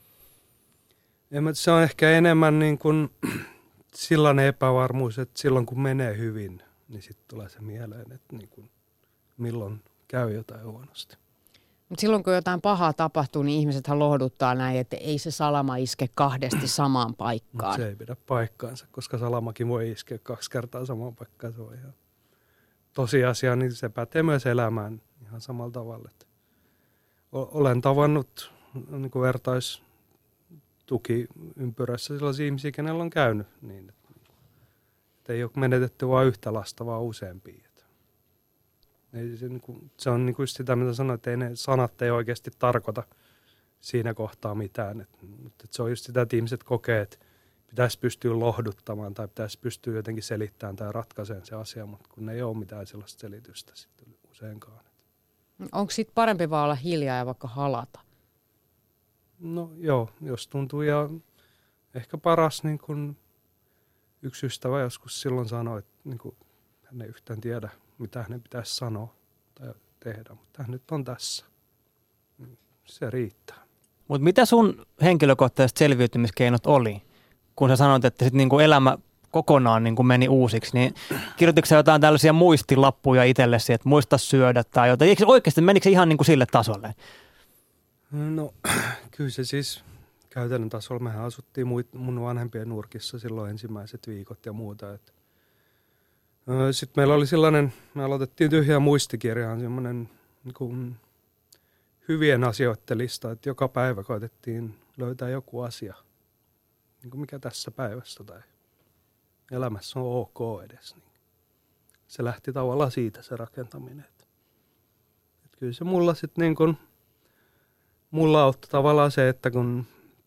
Se on ehkä enemmän niin kuin sellainen epävarmuus, että silloin kun menee hyvin, niin sitten tulee se mieleen, että niin kuin milloin käy jotain huonosti. Mutta silloin kun jotain pahaa tapahtuu, niin ihmisethän lohduttaa näin, että ei se salama iske kahdesti samaan paikkaan. Se ei pidä paikkaansa, koska salamakin voi iskeä 2 kertaa samaan paikkaan. Se on ihan tosiasia, niin se pätee myös elämään ihan samalla tavalla. Olen tavannut niin kuin vertaistukiympyrässä sellaisia ihmisiä, kenellä on käynyt niin, että ei ole menetetty vain yhtä lasta, vaan useampia. Se on niin kuin sitä, mitä sanoin, että ei ne sanat ei oikeasti tarkoita siinä kohtaa mitään. Mutta se on just sitä, että ihmiset kokee, että pitäisi pystyä lohduttamaan tai pitäisi pystyä jotenkin selittämään tai ratkaisemaan se asia, mutta kun ei ole mitään sellaista selitystä sitten useinkaan. Onko sitten parempi vaan olla hiljaa ja vaikka halata? No joo, jos tuntuu ja ehkä paras niin kun yksi ystävä joskus silloin sanoi, että niin kun hän ei yhtään tiedä, mitä hänen pitäisi sanoa tai tehdä, mutta hän nyt on tässä. Se riittää. Mutta mitä sun henkilökohtaiset selviytymiskeinot oli, kun sä sanoit, että sit niinku elämä kokonaan niinku meni uusiksi, niin kirjoititko sä jotain tällaisia muistilappuja itsellesi, että muista syödä tai jotain? Eikö oikeasti, menikö se ihan niinku sille tasolle? No kyllä se siis käytännön tasolla. Mehän asuttiin mun vanhempien nurkissa silloin ensimmäiset viikot ja muuta. Sitten meillä oli sellainen, me aloitettiin tyhjää muistikirjaan semmoinen niin hyvien asioiden lista, että joka päivä koitettiin löytää joku asia, niin kuin mikä tässä päivässä tai elämässä on ok edes. Niin se lähti tavallaan siitä se rakentaminen. Että kyllä se mulla sitten niin kuin, mulla auttoi tavallaan se, että kun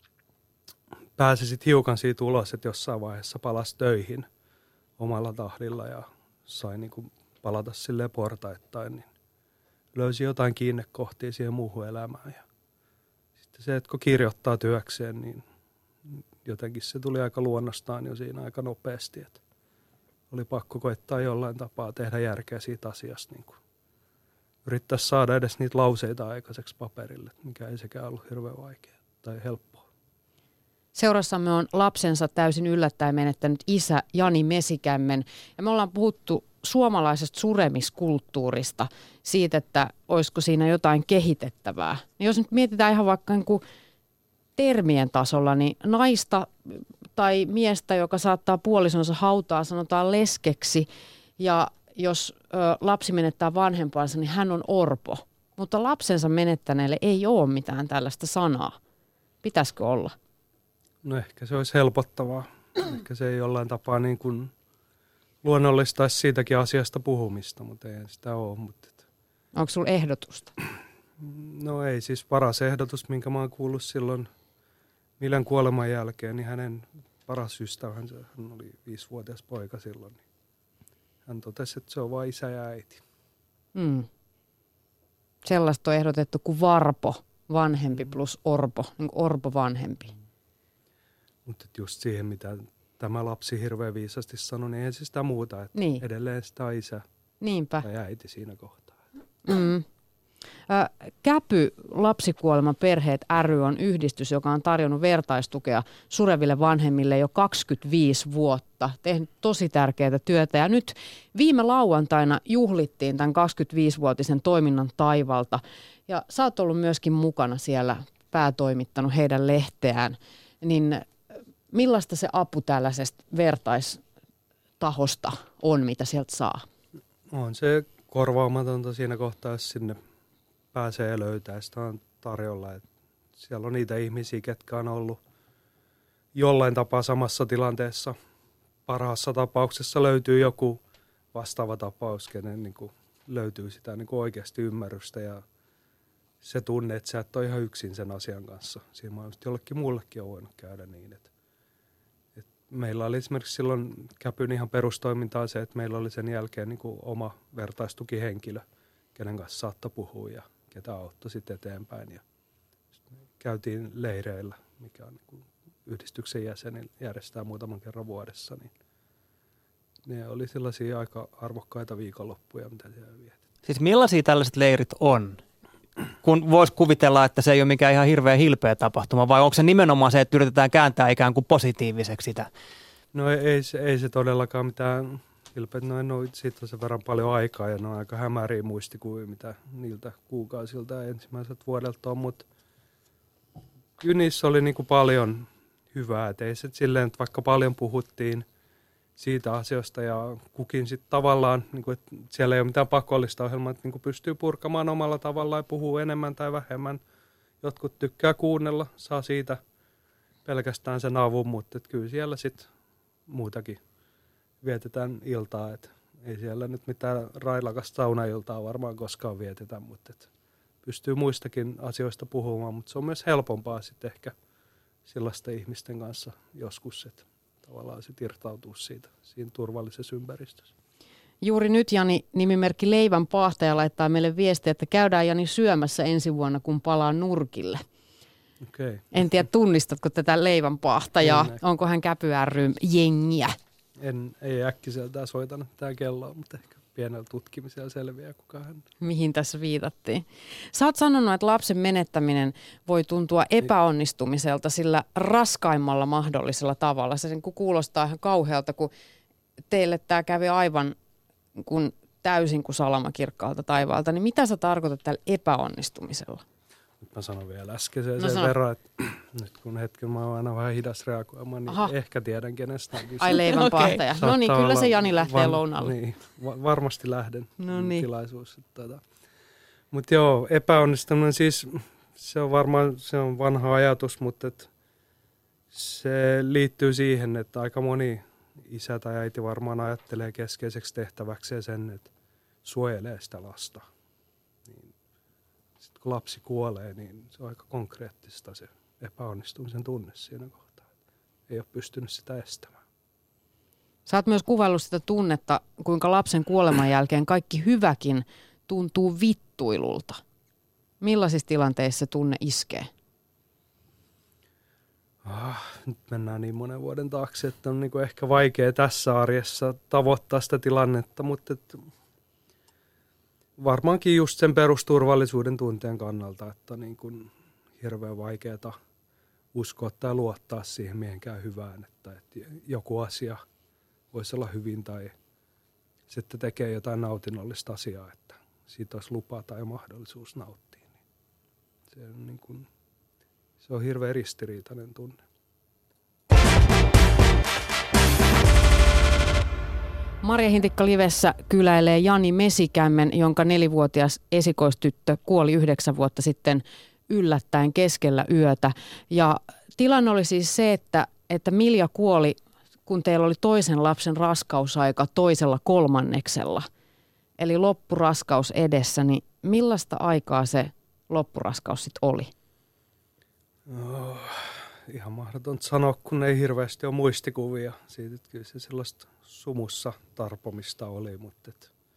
pääsi sitten hiukan siitä ulos, että jossain vaiheessa palasi töihin omalla tahdilla ja sai niin kuin palata silleen portaittain, niin löysi jotain kiinnekohtia siihen muuhun elämään. Ja sitten se, että kun kirjoittaa työkseen, niin jotenkin se tuli aika luonnostaan jo siinä aika nopeasti. Että oli pakko koittaa jollain tapaa tehdä järkeä siitä asiasta. Niin yrittää saada edes niitä lauseita aikaiseksi paperille, mikä ei sekään ollut hirveän vaikea tai helppoa. Seurassamme on lapsensa täysin yllättäen menettänyt isä Jani Mesikämmen. Ja me ollaan puhuttu suomalaisesta suremiskulttuurista, siitä, että olisiko siinä jotain kehitettävää. Ja jos nyt mietitään ihan vaikka niin kuin termien tasolla, niin naista tai miestä, joka saattaa puolisonsa hautaa, sanotaan leskeksi. Ja jos lapsi menettää vanhempansa, niin hän on orpo. Mutta lapsensa menettäneelle ei ole mitään tällaista sanaa. Pitäisikö olla? No ehkä se olisi helpottavaa. Ehkä se ei jollain tapaa niin kuin luonnollistaisi siitäkin asiasta puhumista, mutta ei sitä ole. Onko sinulla ehdotusta? No ei, siis paras ehdotus, minkä mä oon kuullut silloin Milen kuoleman jälkeen, niin hänen paras ystävänsä, hän oli 5-vuotias poika silloin, niin hän totesi, että se on vain isä ja äiti. Sellaista on ehdotettu kuin varpo, vanhempi plus orpo, niin kuin orpo vanhempi. Mutta just siihen, mitä tämä lapsi hirveän viisasti sanoi, niin ei se sitä muuta, että niin. Edelleen sitä on isä tai äiti siinä kohtaa. Käpy lapsikuolema perheet ry on yhdistys, joka on tarjonnut vertaistukea sureville vanhemmille jo 25 vuotta. Tehnyt tosi tärkeää työtä ja nyt viime lauantaina juhlittiin tämän 25-vuotisen toiminnan taivalta. Ja sä oot ollut myöskin mukana siellä, päätoimittanut heidän lehteään. Niin millaista se apu tällaisesta vertaistahosta on, mitä sieltä saa? On se korvaamatonta siinä kohtaa, jos sinne pääsee ja löytää. Sitä on tarjolla. Että siellä on niitä ihmisiä, ketkä on ollut jollain tapaa samassa tilanteessa. Parhaassa tapauksessa löytyy joku vastaava tapaus, kenen niin kuin löytyy sitä niin kuin oikeasti ymmärrystä ja se tunne, että sä et ole ihan yksin sen asian kanssa. Siinä maailmassa jollekin muullekin on voinut käydä niin. Että meillä oli esimerkiksi silloin Käpyn ihan perustoimintaa se, että meillä oli sen jälkeen niin kuin oma vertaistukihenkilö, kenen kanssa saattoi puhua ja ketä auttoi sitten eteenpäin. Ja käytiin leireillä, mikä on niin kuin yhdistyksen jäsenin järjestää muutaman kerran vuodessa. Niin ne oli sellaisia aika arvokkaita viikonloppuja, mitä siellä vietettiin. Siis millaisia tällaiset leirit on? Kun voisi kuvitella, että se ei ole mikään ihan hirveän hilpeä tapahtuma, vai onko se nimenomaan se, että yritetään kääntää ikään kuin positiiviseksi sitä? No ei se todellakaan mitään hilpeä. No siitä on sen verran paljon aikaa ja ne on aika hämäriä muistikuvia, mitä niiltä kuukausilta ja ensimmäiseltä vuodelta on, mutta kyllä niissä oli niin kuin paljon hyvää. Et ei se silleen, että vaikka paljon puhuttiin siitä asiasta ja kukin sitten tavallaan, niin kuin, että siellä ei ole mitään pakollista ohjelmaa, että niin kuin pystyy purkamaan omalla tavallaan ja puhuu enemmän tai vähemmän. Jotkut tykkää kuunnella, saa siitä pelkästään sen avun, mutta kyllä siellä sitten muutakin vietetään iltaa. Et ei siellä nyt mitään railakasta saunailtaa varmaan koskaan vietetä, mutta pystyy muistakin asioista puhumaan, mutta se on myös helpompaa sitten ehkä sellaisten ihmisten kanssa joskus, että tavallaan sit irtautuu siitä siinä turvallisessa ympäristössä. Juuri nyt Jani nimimerkki Leivän paahtaja laittaa meille viestiä, että käydään Jani syömässä ensi vuonna, kun palaa nurkille. Okay. En tiedä, tunnistatko tätä Leivän paahtajaa? Onko hän Käpy ry jengiä? Ei äkkiseltään soitanut tämä kelloa, mutta ehkä pienellä tutkimisella selviää, kuka hän. Mihin tässä viitattiin? Sä oot sanonut, että lapsen menettäminen voi tuntua epäonnistumiselta sillä raskaimmalla mahdollisella tavalla. Se kuulostaa ihan kauhealta, kun teille tämä kävi aivan täysin kuin salamakirkkaalta taivaalta. Niin mitä sä tarkoitat tällä epäonnistumisella? Nyt mä sanon vielä äskeiseen sen verran, että nyt kun hetken mä oon aina vähän hidas reagoimaan, niin ehkä tiedän kenestä on kyse. Ai Leivän paahtaja. No niin, kyllä se Jani lähtee lounalle. Niin, varmasti lähden tilaisuus. Mutta joo, epäonnistuminen siis, se on vanha ajatus, mutta se liittyy siihen, että aika moni isä tai äiti varmaan ajattelee keskeiseksi tehtäväkseen sen, että suojelee sitä lasta. Sitten kun lapsi kuolee, niin se on aika konkreettista se epäonnistumisen tunne siinä kohtaa. Ei ole pystynyt sitä estämään. Sä oot myös kuvaillut sitä tunnetta, kuinka lapsen kuoleman jälkeen kaikki hyväkin tuntuu vittuilulta. Millaisissa tilanteissa se tunne iskee? Nyt mennään niin monen vuoden taakse, että on niinku ehkä vaikea tässä arjessa tavoittaa sitä tilannetta, mutta varmaankin just sen perusturvallisuuden tunteen kannalta, että on niin kuin hirveän vaikeaa uskoa tai luottaa siihen mihinkään hyvään, että joku asia voisi olla hyvin tai sitten tekee jotain nautinnollista asiaa, että siitä olisi lupa tai mahdollisuus nauttia. Se on hirveän ristiriitainen tunne. Marja Hintikka Livessä kyläilee Jani Mesikämmen, jonka 4-vuotias esikoistyttö kuoli 9 vuotta sitten yllättäen keskellä yötä. Ja tilanne oli siis se, että Milja kuoli, kun teillä oli toisen lapsen raskausaika toisella kolmanneksella. Eli loppuraskaus edessä, niin millaista aikaa se loppuraskaus sitten oli? Ihan mahdotonta sanoa, kun ei hirveästi ole muistikuvia siitä, että kyllä se sellaista sumussa tarpomista oli, mutta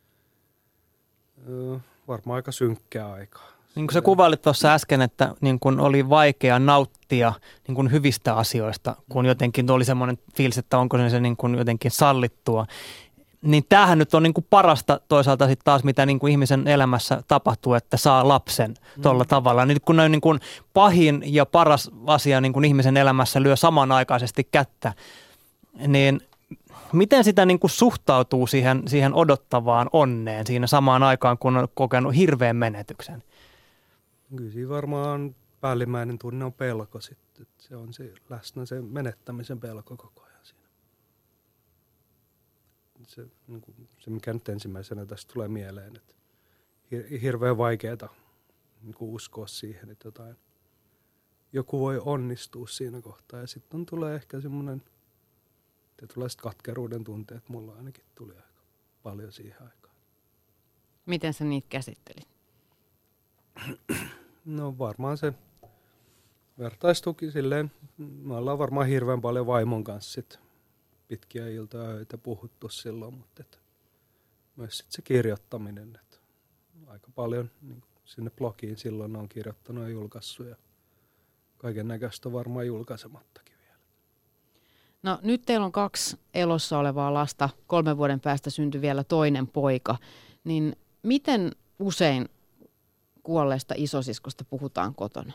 varmaan aika synkkää aikaa. Niin kuin sä kuvailit tuossa äsken, että niin kun oli vaikea nauttia niin kun hyvistä asioista, kun jotenkin oli semmoinen fiilis, että onko se niin kun jotenkin sallittua. Niin tämähän nyt on niin kuin parasta toisaalta sitten taas, mitä niin kuin ihmisen elämässä tapahtuu, että saa lapsen tuolla tavalla. Nyt kun niin kuin pahin ja paras asia niin kuin ihmisen elämässä lyö samanaikaisesti kättä, niin miten sitä niin kuin suhtautuu siihen odottavaan onneen siinä samaan aikaan, kun on kokenut hirveän menetyksen? Kyllä siinä varmaan päällimmäinen tunne on pelko sitten. Se on läsnä se menettämisen pelko koko ajan siinä. Se mikä nyt ensimmäisenä tästä tulee mieleen, että hirveän vaikeaa niin uskoa siihen, että joku voi onnistua siinä kohtaa. Ja sitten tulee ehkä semmoinen tietynlaiset katkeruuden tunteet, mulla ainakin tuli aika paljon siihen aikaan. Miten sä niitä käsittelit? No varmaan se vertaistuki silleen, me ollaan varmaan hirveän paljon vaimon kanssa sit pitkiä iltaöitä puhuttu silloin, mutta myös sit se kirjoittaminen, että aika paljon niin sinne blogiin silloin on kirjoittanut ja julkaissut ja kaiken näköistä varmaan julkaisemattakin vielä. No nyt teillä on 2 elossa olevaa lasta, 3 vuoden päästä syntyi vielä toinen poika, niin miten usein kuolleesta isosiskosta puhutaan kotona?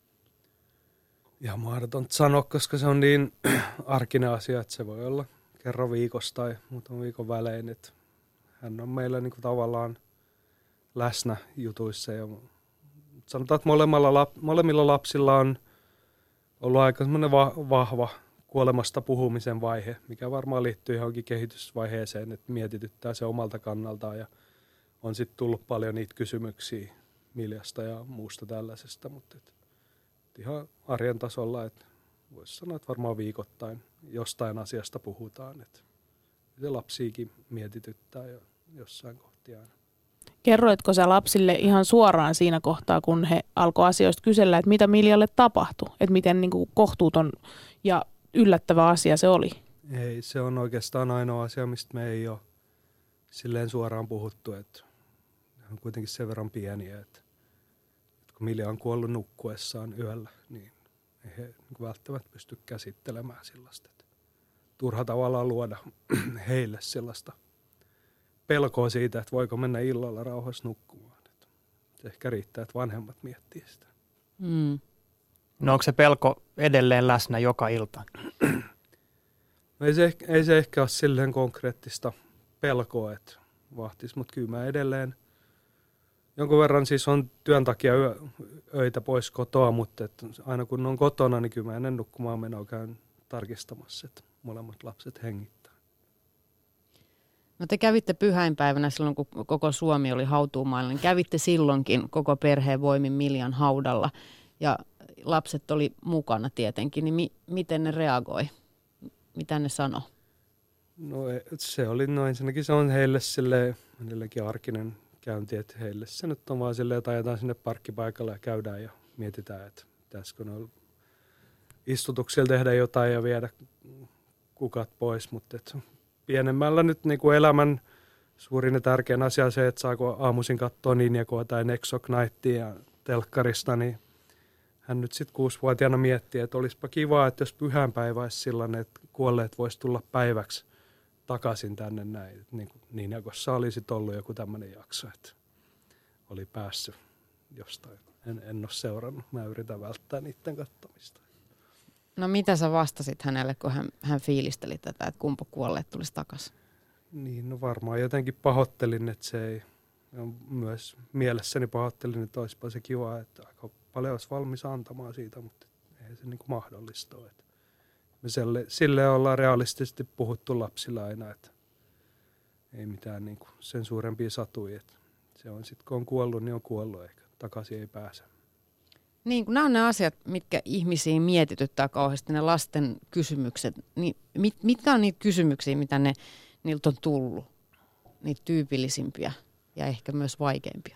Ihan mahdotonta sanoa, koska se on niin arkinen asia, että se voi olla kerran viikossa tai muutaman viikon välein. Että hän on meillä niin kuin tavallaan läsnä jutuissa. Ja sanotaan, että molemmilla lapsilla on ollut aika semmoinen vahva kuolemasta puhumisen vaihe, mikä varmaan liittyy johonkin kehitysvaiheeseen, että mietityttää se omalta kannaltaan. Ja on sitten tullut paljon niitä kysymyksiä Miljasta ja muusta tällaisesta, mutta ihan arjen tasolla, että voisi sanoa, että varmaan viikoittain jostain asiasta puhutaan, että se lapsiikin mietityttää jo jossain kohti aina. Kerroitko sä lapsille ihan suoraan siinä kohtaa, kun he alkoi asioista kysellä, että mitä Miljalle tapahtui? Että miten niin kuin kohtuuton ja yllättävä asia se oli? Ei, se on oikeastaan ainoa asia, mistä me ei ole silleen suoraan puhuttu, että on kuitenkin sen verran pieniä, että kun Milja on kuollut nukkuessaan yöllä, niin ei he välttämättä pysty käsittelemään sellaista. Että turha tavallaan luoda heille sellaista pelkoa siitä, että voiko mennä illalla rauhassa nukkumaan. Että ehkä riittää, että vanhemmat miettii sitä. No onko se pelko edelleen läsnä joka ilta? No ei se ehkä ole silleen konkreettista pelkoa, että vahtisi, mutta kyllä mä edelleen jonkun verran siis on työn takia öitä pois kotoa, mutta aina kun on kotona, niin kyllä mä ennen nukkumaan menoa käyn tarkistamassa, että molemmat lapset hengittää. No te kävitte pyhäinpäivänä silloin, kun koko Suomi oli hautuumailla, niin kävitte silloinkin koko perheen voimin Miljan haudalla ja lapset oli mukana tietenkin, niin miten ne reagoi? Mitä ne sanoi? No se oli, no ensinnäkin se on heille silleen, niillekin arkinen käynti, että heille se nyt on vaan silleen, että ajetaan sinne parkkipaikalle ja käydään ja mietitään, että pitäisikö ne istutuksilla tehdä jotain ja viedä kukat pois, mutta pienemmällä nyt niin kuin elämän suurin ja tärkein asia on se, että saako aamuisin katsoa Ninjagoa tai Nexo Knightia telkkarista, niin hän nyt sitten 6-vuotiaana miettii, että olisipa kiva, että jos pyhäinpäivä olisi sellainen, että kuolleet voisi tulla päiväksi takaisin tänne näin. Niin Ninjagossa oli sitten ollut joku tämmöinen jakso, että oli päässyt jostain. En ole seurannut, mä yritän välttää niiden katsomista. No mitä sä vastasit hänelle, kun hän fiilisteli tätä, että kumpa kuolleet tulisi takaisin? Niin, no varmaan jotenkin pahoittelin, että se ei, myös mielessäni pahoittelin, että olisipa se kiva, että aika paljon olisi valmis antamaan siitä, mutta ei se niin kuin mahdollista ole. Me sille ollaan realistisesti puhuttu lapsilla aina, että ei mitään niin kuin sen suurempia satuja. Että se on sitten, kun on kuollut, niin on kuollut, eikä takaisin ei pääse. Niin, kun nämä on ne asiat, mitkä ihmisiä mietityttää kauheasti, ne lasten kysymykset. Niin mitkä on niitä kysymyksiä, mitä niiltä on tullut? Niitä tyypillisimpiä ja ehkä myös vaikeimpia.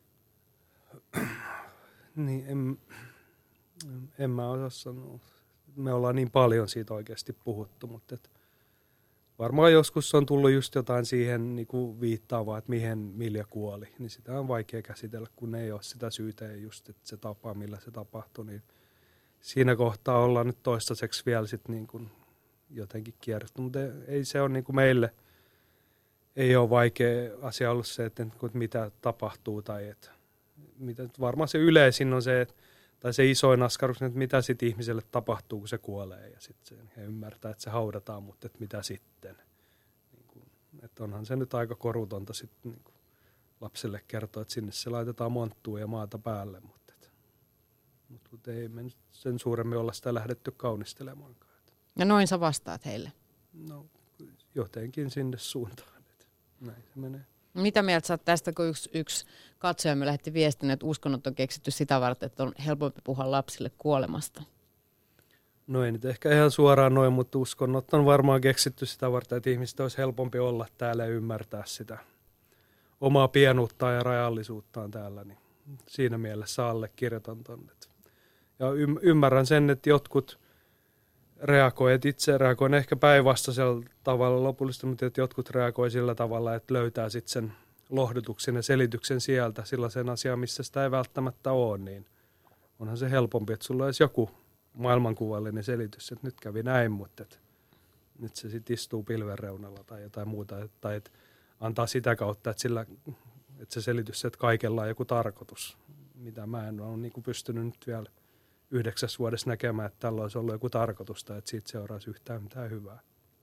Niin, en mä osaa sanoa. Me ollaan niin paljon siitä oikeasti puhuttu, mutta varmaan joskus on tullut just jotain siihen niin kuin viittaavaa, että mihin Milja kuoli. Niin sitä on vaikea käsitellä, kun ei ole sitä syytä ja just että se tapa, millä se tapahtui. Niin siinä kohtaa ollaan nyt toistaiseksi vielä sit niin kuin jotenkin kierretty, mutta ei se ole niin kuin meille. Ei ole vaikea asia ollut se, että mitä tapahtuu tai että varmaan se yleisin on se, tai se isoin askarus, että mitä sitten ihmiselle tapahtuu, kun se kuolee. Ja sitten he ymmärtää, että se haudataan, mutta että mitä sitten. Että onhan se nyt aika korutonta sitten niin lapselle kertoa, että sinne se laitetaan monttua ja maata päälle. Mutta ei me sen suuremmin olla sitä lähdetty kaunistelemaankaan. Ja noin sä vastaat heille? No jotenkin sinne suuntaan. Että näin se menee. Mitä mieltä sä oot tästä, kun yksi katsojamme lähetti viestin, että uskonnot on keksitty sitä varten, että on helpompi puhua lapsille kuolemasta? No ei nyt ehkä ihan suoraan noin, mutta uskonnot on varmaan keksitty sitä varten, että ihmistä olisi helpompi olla täällä ja ymmärtää sitä omaa pienuuttaan ja rajallisuuttaan täällä. Niin siinä mielessä allekirjoitan ton. Ja ymmärrän sen, että jotkut reagoivat, itse reagoin ehkä päinvastaisella tavalla lopullisesti, mutta että jotkut reagoivat sillä tavalla, että löytää sitten sen lohdutuksen ja selityksen sieltä sellaisen asian, missä sitä ei välttämättä ole, niin onhan se helpompi, että sulla olisi joku maailmankuvallinen selitys, että nyt kävi näin, mutta että nyt se sitten istuu pilven reunalla tai jotain muuta, tai että antaa sitä kautta, että se selitys, että kaikella on joku tarkoitus, mitä mä en ole niin kuin pystynyt nyt vielä 9 vuodessa näkemään, että tällä olisi ollut joku tarkoitus tai että siitä seuraisi yhtään mitään hyvää.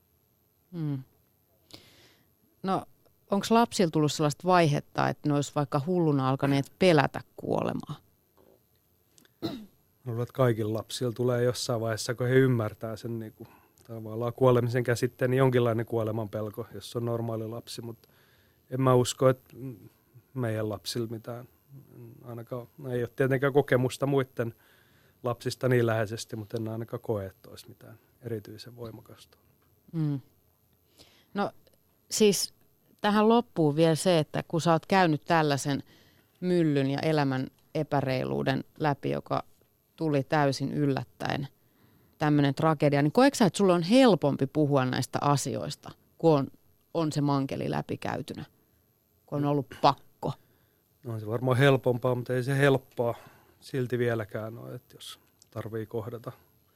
No, onko lapsilla tullut sellaista vaihetta, että ne olisi vaikka hulluna alkaneet pelätä kuolemaa? Luulen, että kaikilla lapsilla tulee jossain vaiheessa, kun he ymmärtää sen niin kuin, tavallaan kuolemisen käsitteen, niin jonkinlainen kuoleman pelko, jos on normaali lapsi, mutta en mä usko, että meidän lapsilla mitään, ainakaan ei ole tietenkään kokemusta muiden lapsista niin läheisesti, mutta en ainakaan koe, että olisi mitään erityisen voimakasta. No siis tähän loppuu vielä se, että kun sä oot käynyt tällaisen myllyn ja elämän epäreiluuden läpi, joka tuli täysin yllättäen, tämmöinen tragedia, niin koetko sä, että sulle on helpompi puhua näistä asioista, kun on se mankeli läpikäytynä, kun on ollut pakko? No se varmaan helpompaa, mutta ei se helppoa silti vieläkään ole, että jos tarvii kohdata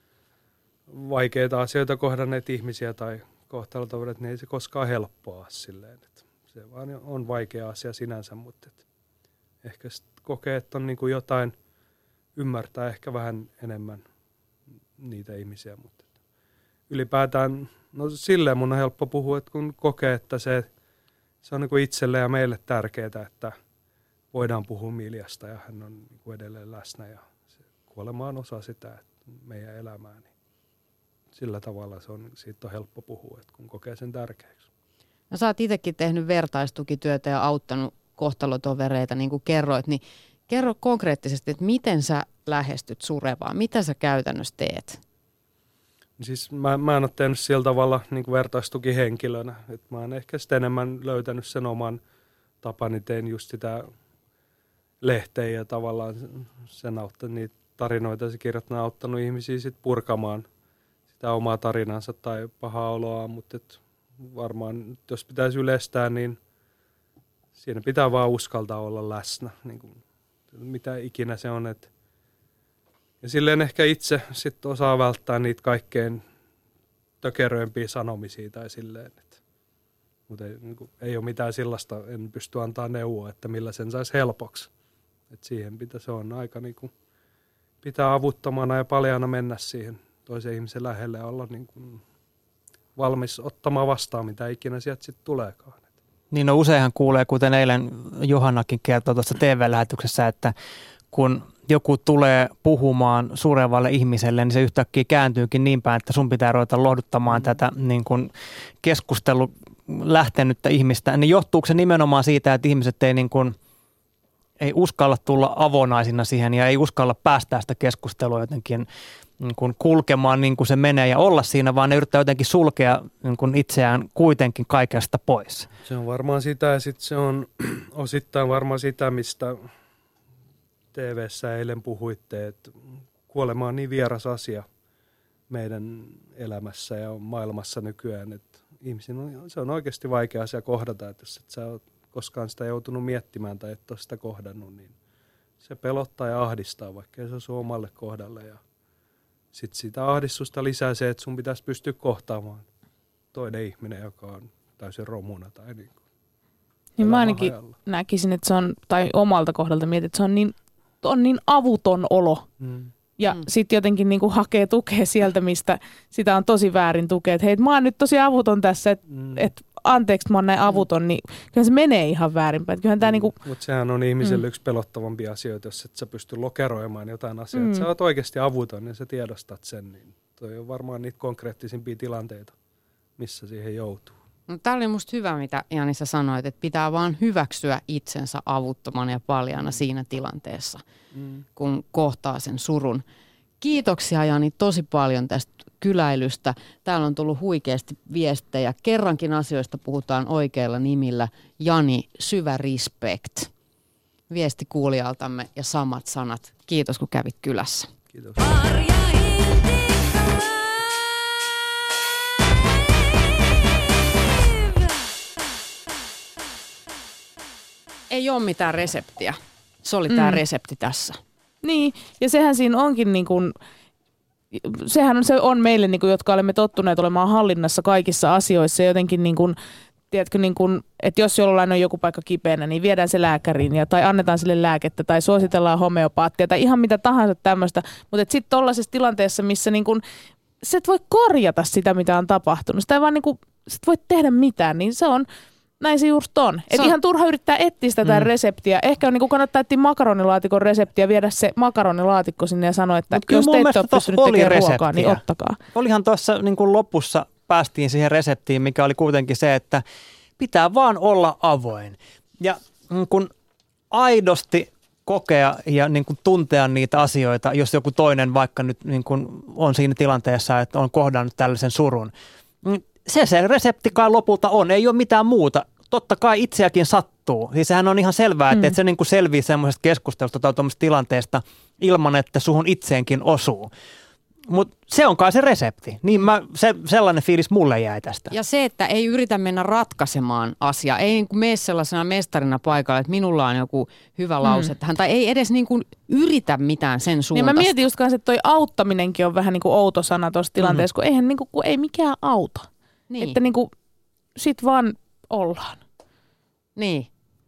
vaikeita asioita kohdanneet ihmisiä tai kohtalotavat, niin ei se koskaan helppoa silleen. Että se vaan on vaikea asia sinänsä, mutta ehkä kokee, että on niin kuin jotain ymmärtää ehkä vähän enemmän niitä ihmisiä. Mutta ylipäätään, no silleen mun on helppo puhua, että kun kokee, että se on niin kuin itselle ja meille tärkeää, että voidaan puhua Miljasta ja hän on niin kuin edelleen läsnä ja se kuolema on osa sitä meidän elämää. Niin sillä tavalla siitä on helppo puhua, että kun kokee sen tärkeäksi. No sä oot itsekin tehnyt vertaistukityötä ja auttanut kohtalotovereita, niin kuin kerroit, niin kerro konkreettisesti, että miten sä lähestyt surevaa, mitä sä käytännössä teet? Siis mä en ole tehnyt sillä tavalla niin kuin vertaistukihenkilönä, että mä oon ehkä sitten enemmän löytänyt sen oman tapani, tein just sitä lehteä ja tavallaan sen auttanut niitä tarinoita, se kirjoittaa on auttanut ihmisiä sit purkamaan sitä omaa tarinansa tai pahaa oloa, mutta varmaan jos pitäisi yleistää, niin siinä pitää vaan uskaltaa olla läsnä, niin kuin, mitä ikinä se on. Ja silleen ehkä itse sit osaa välttää niitä kaikkein tökeröimpiä sanomisia tai silleen. Mutta ei ole mitään sellaista, en pysty antaa neuvoa, että millä sen saisi helpoksi. Et siihen se on aika niin kuin, pitää avuttomana ja paljana mennä siihen toisen ihmisen lähelle ja olla niin kuin valmis ottamaan vastaan, mitä ikinä sieltä sitten tuleekaan. Niin no useinhan kuulee, kuten eilen Johannakin kertoi tuossa TV-lähetyksessä, että kun joku tulee puhumaan surevalle ihmiselle, niin se yhtäkkiä kääntyykin niin päin, että sun pitää ruveta lohduttamaan tätä niin kuin keskustelun lähtenyttä ihmistä. Niin johtuuko se nimenomaan siitä, että ihmiset ei uskalla tulla avonaisina siihen ja ei uskalla päästää sitä keskustelua jotenkin niin kuin kulkemaan niin kuin se menee ja olla siinä, vaan ne yrittää jotenkin sulkea niin kuin itseään kuitenkin kaikesta pois. Se on varmaan sitä ja sitten se on osittain varmaan sitä, mistä TV-ssä eilen puhuitte, että kuolema on niin vieras asia meidän elämässä ja maailmassa nykyään, että se on oikeasti vaikea asia kohdata, että jos et sä oot koskaan sitä joutunut miettimään tai et ole sitä kohdannut, niin se pelottaa ja ahdistaa, vaikka se on sun omalle kohdalle. Ja sitten sitä ahdistusta lisää se, että sun pitäisi pystyä kohtaamaan toinen ihminen, joka on täysin romuna tai niin mä ainakin näkisin, että se on, tai omalta kohdalta mietin, että se on niin avuton olo. Ja sitten jotenkin niinku hakee tukea sieltä, mistä sitä on tosi väärin tukea. Että hei, mä oon nyt tosi avuton tässä, että anteeksi, mä oon näin avuton, niin kyllä se menee ihan väärinpäin. Mutta sehän on ihmiselle yksi pelottavampia asioita, jos et sä pysty lokeroimaan jotain asiaa. Että sä oot oikeasti avuton ja sä tiedostat sen, niin toi on varmaan niitä konkreettisimpia tilanteita, missä siihen joutuu. No, tämä oli musta hyvä, mitä Jani sä sanoit, että pitää vaan hyväksyä itsensä avuttomana ja paljana siinä tilanteessa, kun kohtaa sen surun. Kiitoksia Jani tosi paljon tästä kyläilystä. Täällä on tullut huikeasti viestejä. Kerrankin asioista puhutaan oikeilla nimillä. Jani, syvä respect. Viesti kuulijaltamme ja samat sanat. Kiitos kun kävit kylässä. Kiitos. Ei ole mitään reseptiä. Se oli tämä resepti tässä. Niin, ja sehän siinä onkin niin kuin, se on meille, niin kuin, jotka olemme tottuneet olemaan hallinnassa kaikissa asioissa. Jotenkin, niin kuin, tiedätkö, niin kuin, että jos jollain on joku paikka kipeänä, niin viedään se lääkäriin tai annetaan sille lääkettä tai suositellaan homeopaattia tai ihan mitä tahansa tämmöistä. Mutta sitten tollaisessa tilanteessa, missä niin kuin, sä et voi korjata sitä, mitä on tapahtunut. Sitä ei vaan niin kuin, sä et voi tehdä mitään, niin se on... Näin se just on. Että ihan turha yrittää etsiä tätä reseptiä. Ehkä on, niin kannattaa etsiä makaronilaatikon reseptiä, viedä se makaronilaatikko sinne ja sanoa, että jos te ette ole pystynyt tekemään ruokaa, niin ottakaa. Olihan tuossa niin kuin lopussa päästiin siihen reseptiin, mikä oli kuitenkin se, että pitää vaan olla avoin. Ja niin kuin aidosti kokea ja niin kuin tuntea niitä asioita, jos joku toinen vaikka nyt niin kuin on siinä tilanteessa, että on kohdannut tällaisen surun. Se resepti kai lopulta on. Ei ole mitään muuta. totta kai itseäkin sattuu. Siis sehän on ihan selvää, että et se niin kuin selviää semmoisesta keskustelusta tai tuommoisesta tilanteesta ilman, että suhun itseenkin osuu. Mutta se on kai se resepti. Niin sellainen fiilis mulle jäi tästä. Ja se, että ei yritä mennä ratkaisemaan asiaa. Ei niin kuin mene sellaisena mestarina paikalla, että minulla on joku hyvä lause tähän. Tai ei edes niin kuin yritä mitään sen suuntaista. Niin mä mietin just kanssa, että toi auttaminenkin on vähän niin kuin outo sana tuossa tilanteessa, kun eihän niin kuin, kun ei mikään auta. Niin. Että niin kuin sit vaan ollaan. Niin.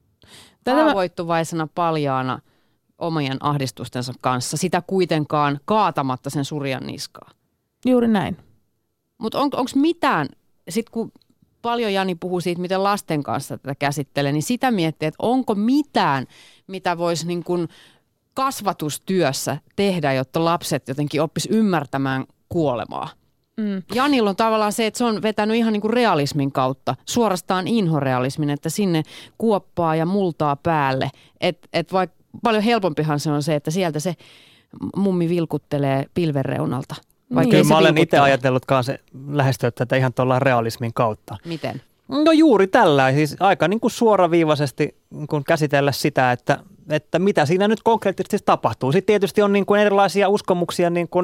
Haavoittuvaisena paljaana omien ahdistustensa kanssa, sitä kuitenkaan kaatamatta sen surjan niskaa. Juuri näin. Mutta onko mitään, sitten kun paljon Jani puhuu siitä, miten lasten kanssa tätä käsittelee, niin sitä miettii, että onko mitään, mitä voisi niin kuin kasvatustyössä tehdä, jotta lapset jotenkin oppis ymmärtämään kuolemaa. Janilla on tavallaan se, että se on vetänyt ihan niin kuin realismin kautta, suorastaan inhorealismin, että sinne kuoppaa ja multaa päälle. Että vaikka paljon helpompihan se on se, että sieltä se mummi vilkuttelee pilven reunalta. Kyllä mä olen itse ajatellut kanssa lähestyä tätä ihan tuolla realismin kautta. Miten? No juuri tällä, siis aika niin kuin suoraviivaisesti kun käsitellä sitä, että mitä siinä nyt konkreettisesti tapahtuu. Sitten tietysti on niin kuin erilaisia uskomuksia, niin kuin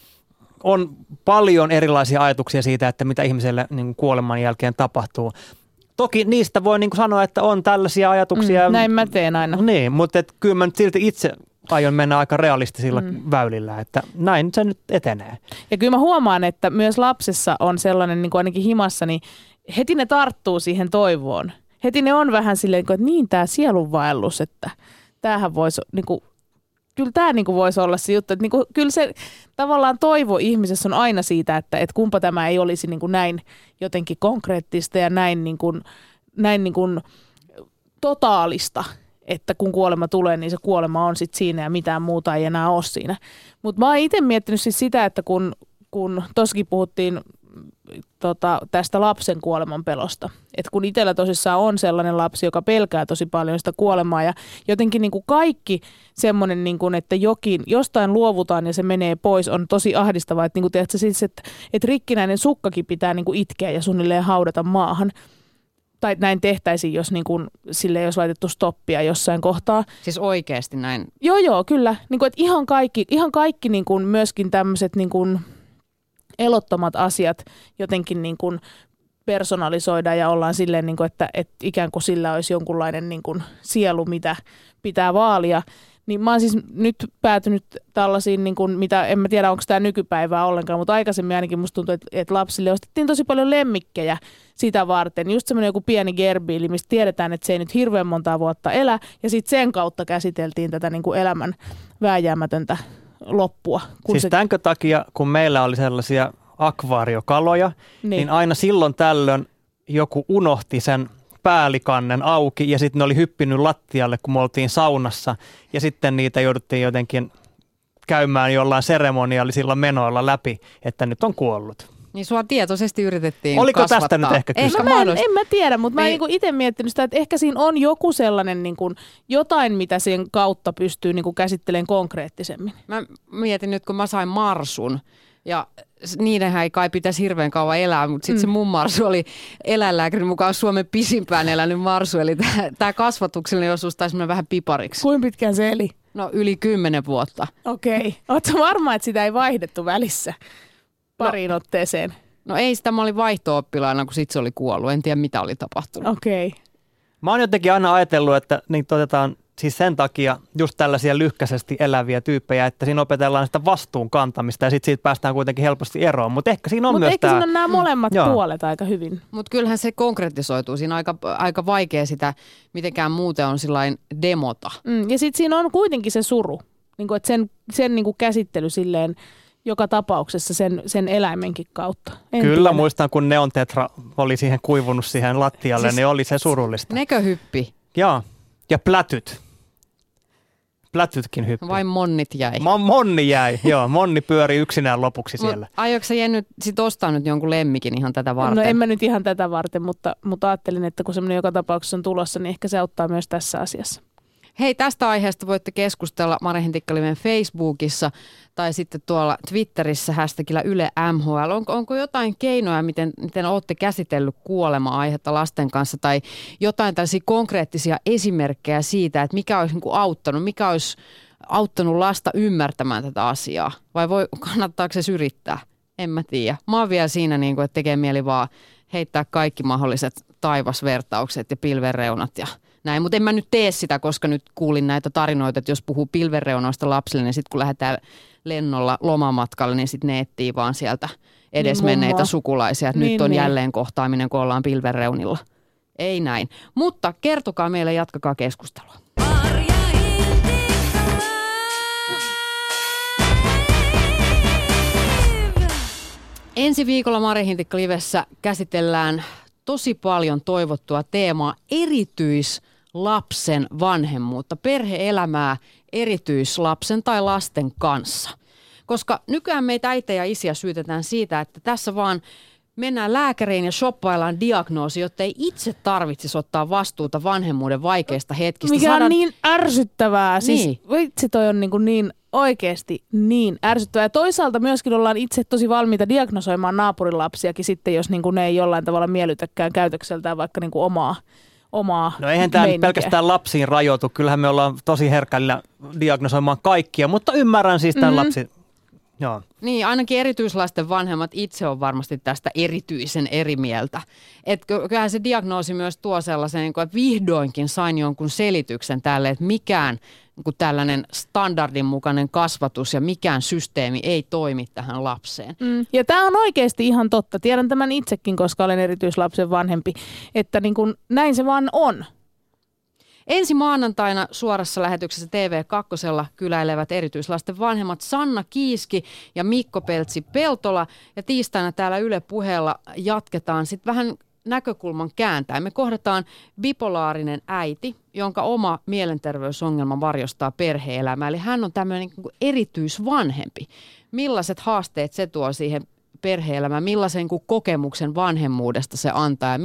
on paljon erilaisia ajatuksia siitä, että mitä ihmiselle niin kuin kuoleman jälkeen tapahtuu. Toki niistä voi niin kuin sanoa, että on tällaisia ajatuksia. Näin mä teen aina. Niin, mutta kyllä mä nyt silti itse aion mennä aika realistisilla väylillä, että näin se nyt etenee. Ja kyllä mä huomaan, että myös lapsessa on sellainen, niin kuin ainakin himassa, niin heti ne tarttuu siihen toivoon. Heti ne on vähän silleen, että niin tämä sielunvaellus, että tämähän voisi, niin kuin, kyllä tämä niin kuin voisi olla se juttu. Että niin kuin, kyllä se tavallaan toivo ihmisessä on aina siitä, että kumpa tämä ei olisi niin kuin näin jotenkin konkreettista ja näin niin kuin totaalista. Että kun kuolema tulee, niin se kuolema on sitten siinä ja mitään muuta ei enää ole siinä. Mutta mä oon itse miettinyt siis sitä, että kun tossakin puhuttiin tästä lapsen kuoleman pelosta. Että kun itsellä tosissaan on sellainen lapsi, joka pelkää tosi paljon sitä kuolemaa ja jotenkin niin kuin kaikki semmoinen, niin kuin, että jostain luovutaan ja se menee pois, on tosi ahdistavaa. Että, niin kuin tiedätkö, siis, että rikkinäinen sukkakin pitää niin kuin itkeä ja suunnilleen haudata maahan. Tai näin tehtäisiin, jos niin kuin, sille ei olisi laitettu stoppia jossain kohtaa. Siis oikeasti näin? Joo, kyllä. Niin kuin, että ihan kaikki niin kuin myöskin tämmöiset niin kuin elottomat asiat jotenkin niin kuin personalisoidaan ja ollaan silleen, niin kuin, että ikään kuin sillä olisi jonkunlainen niin kuin sielu, mitä pitää vaalia. Niin mä oon siis nyt päätynyt tällaisiin, niin kuin, mitä en mä tiedä, onko tämä nykypäivää ollenkaan, mutta aikaisemmin ainakin musta tuntuu, että lapsille ostettiin tosi paljon lemmikkejä sitä varten. Just semmoinen joku pieni gerbiili, mistä tiedetään, että se ei nyt hirveän montaa vuotta elä, ja sitten sen kautta käsiteltiin tätä niin kuin elämän vääjäämätöntä loppua. Siis tämänkö takia, kun meillä oli sellaisia akvaariokaloja, niin aina silloin tällöin joku unohti sen päälikannen auki ja sitten ne oli hyppinyt lattialle, kun me oltiin saunassa ja sitten niitä jouduttiin jotenkin käymään jollain seremoniallisilla menoilla läpi, että nyt on kuollut. Niin sua tietoisesti yritettiin oliko kasvattaa. Tästä nyt ehkä kyse? En mä tiedä, mutta mä oon niin itse miettinyt sitä, että ehkä siinä on joku sellainen niin kuin jotain, mitä sen kautta pystyy niin kuin käsittelemään konkreettisemmin. Mä mietin nyt, kun mä sain marsun ja niidenhän ei kai pitäisi hirveän kauan elää, mutta sitten se mun marsu oli eläinlääkärin mukaan Suomen pisimpään elänyt marsu, eli tämä kasvatuksellinen osuus taisi mennä vähän pipariksi. Kuinka pitkään se eli? No yli 10 vuotta. Okei. Ootko varma, että sitä ei vaihdettu välissä pariin otteeseen? No ei sitä, mä olin vaihto-oppilaana, kun sitten se oli kuollut. En tiedä, mitä oli tapahtunut. Okei. Mä oon jotenkin aina ajatellut, että niitä otetaan siis sen takia just tällaisia lyhkäisesti eläviä tyyppejä, että siinä opetellaan sitä vastuun kantamista ja sitten siitä päästään kuitenkin helposti eroon. Mutta ehkä siinä on myös tämä. Mutta ehkä siinä on nämä molemmat puolet aika hyvin. Mutta kyllähän se konkretisoituu. Siinä on aika vaikea sitä mitenkään muuten on sillain demota. Ja sitten siinä on kuitenkin se suru. Niin että sen niin kuin käsittely silleen joka tapauksessa sen eläimenkin kautta. Kyllä tiedä. Muistan, kun Neon Tetra oli siihen kuivunut siihen lattialle, siis niin oli se surullista. Nekö hyppi? Joo. Ja plätyt. Plätytkin hyppi. Vai monnit jäi? Monni jäi, joo. Monni pyöri yksinään lopuksi siellä. Aiotko sä Jenny sit ostaa nyt jonkun lemmikin ihan tätä varten? No en mä nyt ihan tätä varten, mutta ajattelin, että kun semmoinen joka tapauksessa on tulossa, niin ehkä se auttaa myös tässä asiassa. Hei, tästä aiheesta voitte keskustella Marjahin Tikkaliven Facebookissa tai sitten tuolla Twitterissä hashtagillä Yle MHL. Onko jotain keinoja, miten olette käsitellyt kuolema-aihetta lasten kanssa tai jotain tällaisia konkreettisia esimerkkejä siitä, että mikä olisi mikä olisi auttanut lasta ymmärtämään tätä asiaa? Vai kannattaako se yrittää? En mä tiedä. Mä oon vielä siinä, että tekee mieli vaan heittää kaikki mahdolliset taivasvertaukset ja pilvenreunat ja näin. Mutta en mä nyt tee sitä, koska nyt kuulin näitä tarinoita, että jos puhuu pilvenreunoista lapsille, niin sitten kun lähdetään lennolla lomamatkalle, niin sitten ne etsii vaan sieltä edesmenneitä sukulaisia. Että nyt on jälleen kohtaaminen, kun ollaan pilvenreunilla. Ei näin. Mutta kertokaa meille, jatkakaa keskustelua. Ensi viikolla Marjahin Tikkalivessä käsitellään tosi paljon toivottua teemaa erityislapsen vanhemmuutta, perhe-elämää erityislapsen tai lasten kanssa. Koska nykyään meitä äitejä ja isiä syytetään siitä, että tässä vaan mennään lääkäriin ja shoppaillaan diagnoosi, jotta ei itse tarvitsisi ottaa vastuuta vanhemmuuden vaikeista hetkistä. Mikä on niin ärsyttävää. Niin. Siis vitsi, toi on niin oikeasti niin ärsyttävää. Ja toisaalta myöskin ollaan itse tosi valmiita diagnosoimaan naapurilapsiakin sitten, jos ne ei jollain tavalla miellytäkään käytökseltään vaikka omaa No eihän tämä pelkästään lapsiin rajoitu. Kyllähän me ollaan tosi herkällä diagnosoimaan kaikkia, mutta ymmärrän siis tämän lapsi. Joo. Niin, ainakin erityislasten vanhemmat itse on varmasti tästä erityisen eri mieltä. Että kyllähän se diagnoosi myös tuo sellaisen, että vihdoinkin sain jonkun selityksen tälle, että mikään tällainen standardin mukainen kasvatus ja mikään systeemi ei toimi tähän lapseen. Ja tämä on oikeasti ihan totta. Tiedän tämän itsekin, koska olen erityislapsen vanhempi, että näin se vaan on. Ensi maanantaina suorassa lähetyksessä TV2 kyläilevät erityislasten vanhemmat Sanna Kiiski ja Mikko Peltsi-Peltola. Ja tiistaina täällä Yle Puheella jatketaan sitten vähän näkökulman kääntäen. Me kohdataan bipolaarinen äiti, jonka oma mielenterveysongelma varjostaa perhe-elämää. Eli hän on tämmöinen erityisvanhempi. Millaiset haasteet se tuo siihen perhe-elämään, millaisen kokemuksen vanhemmuudesta se antaa ja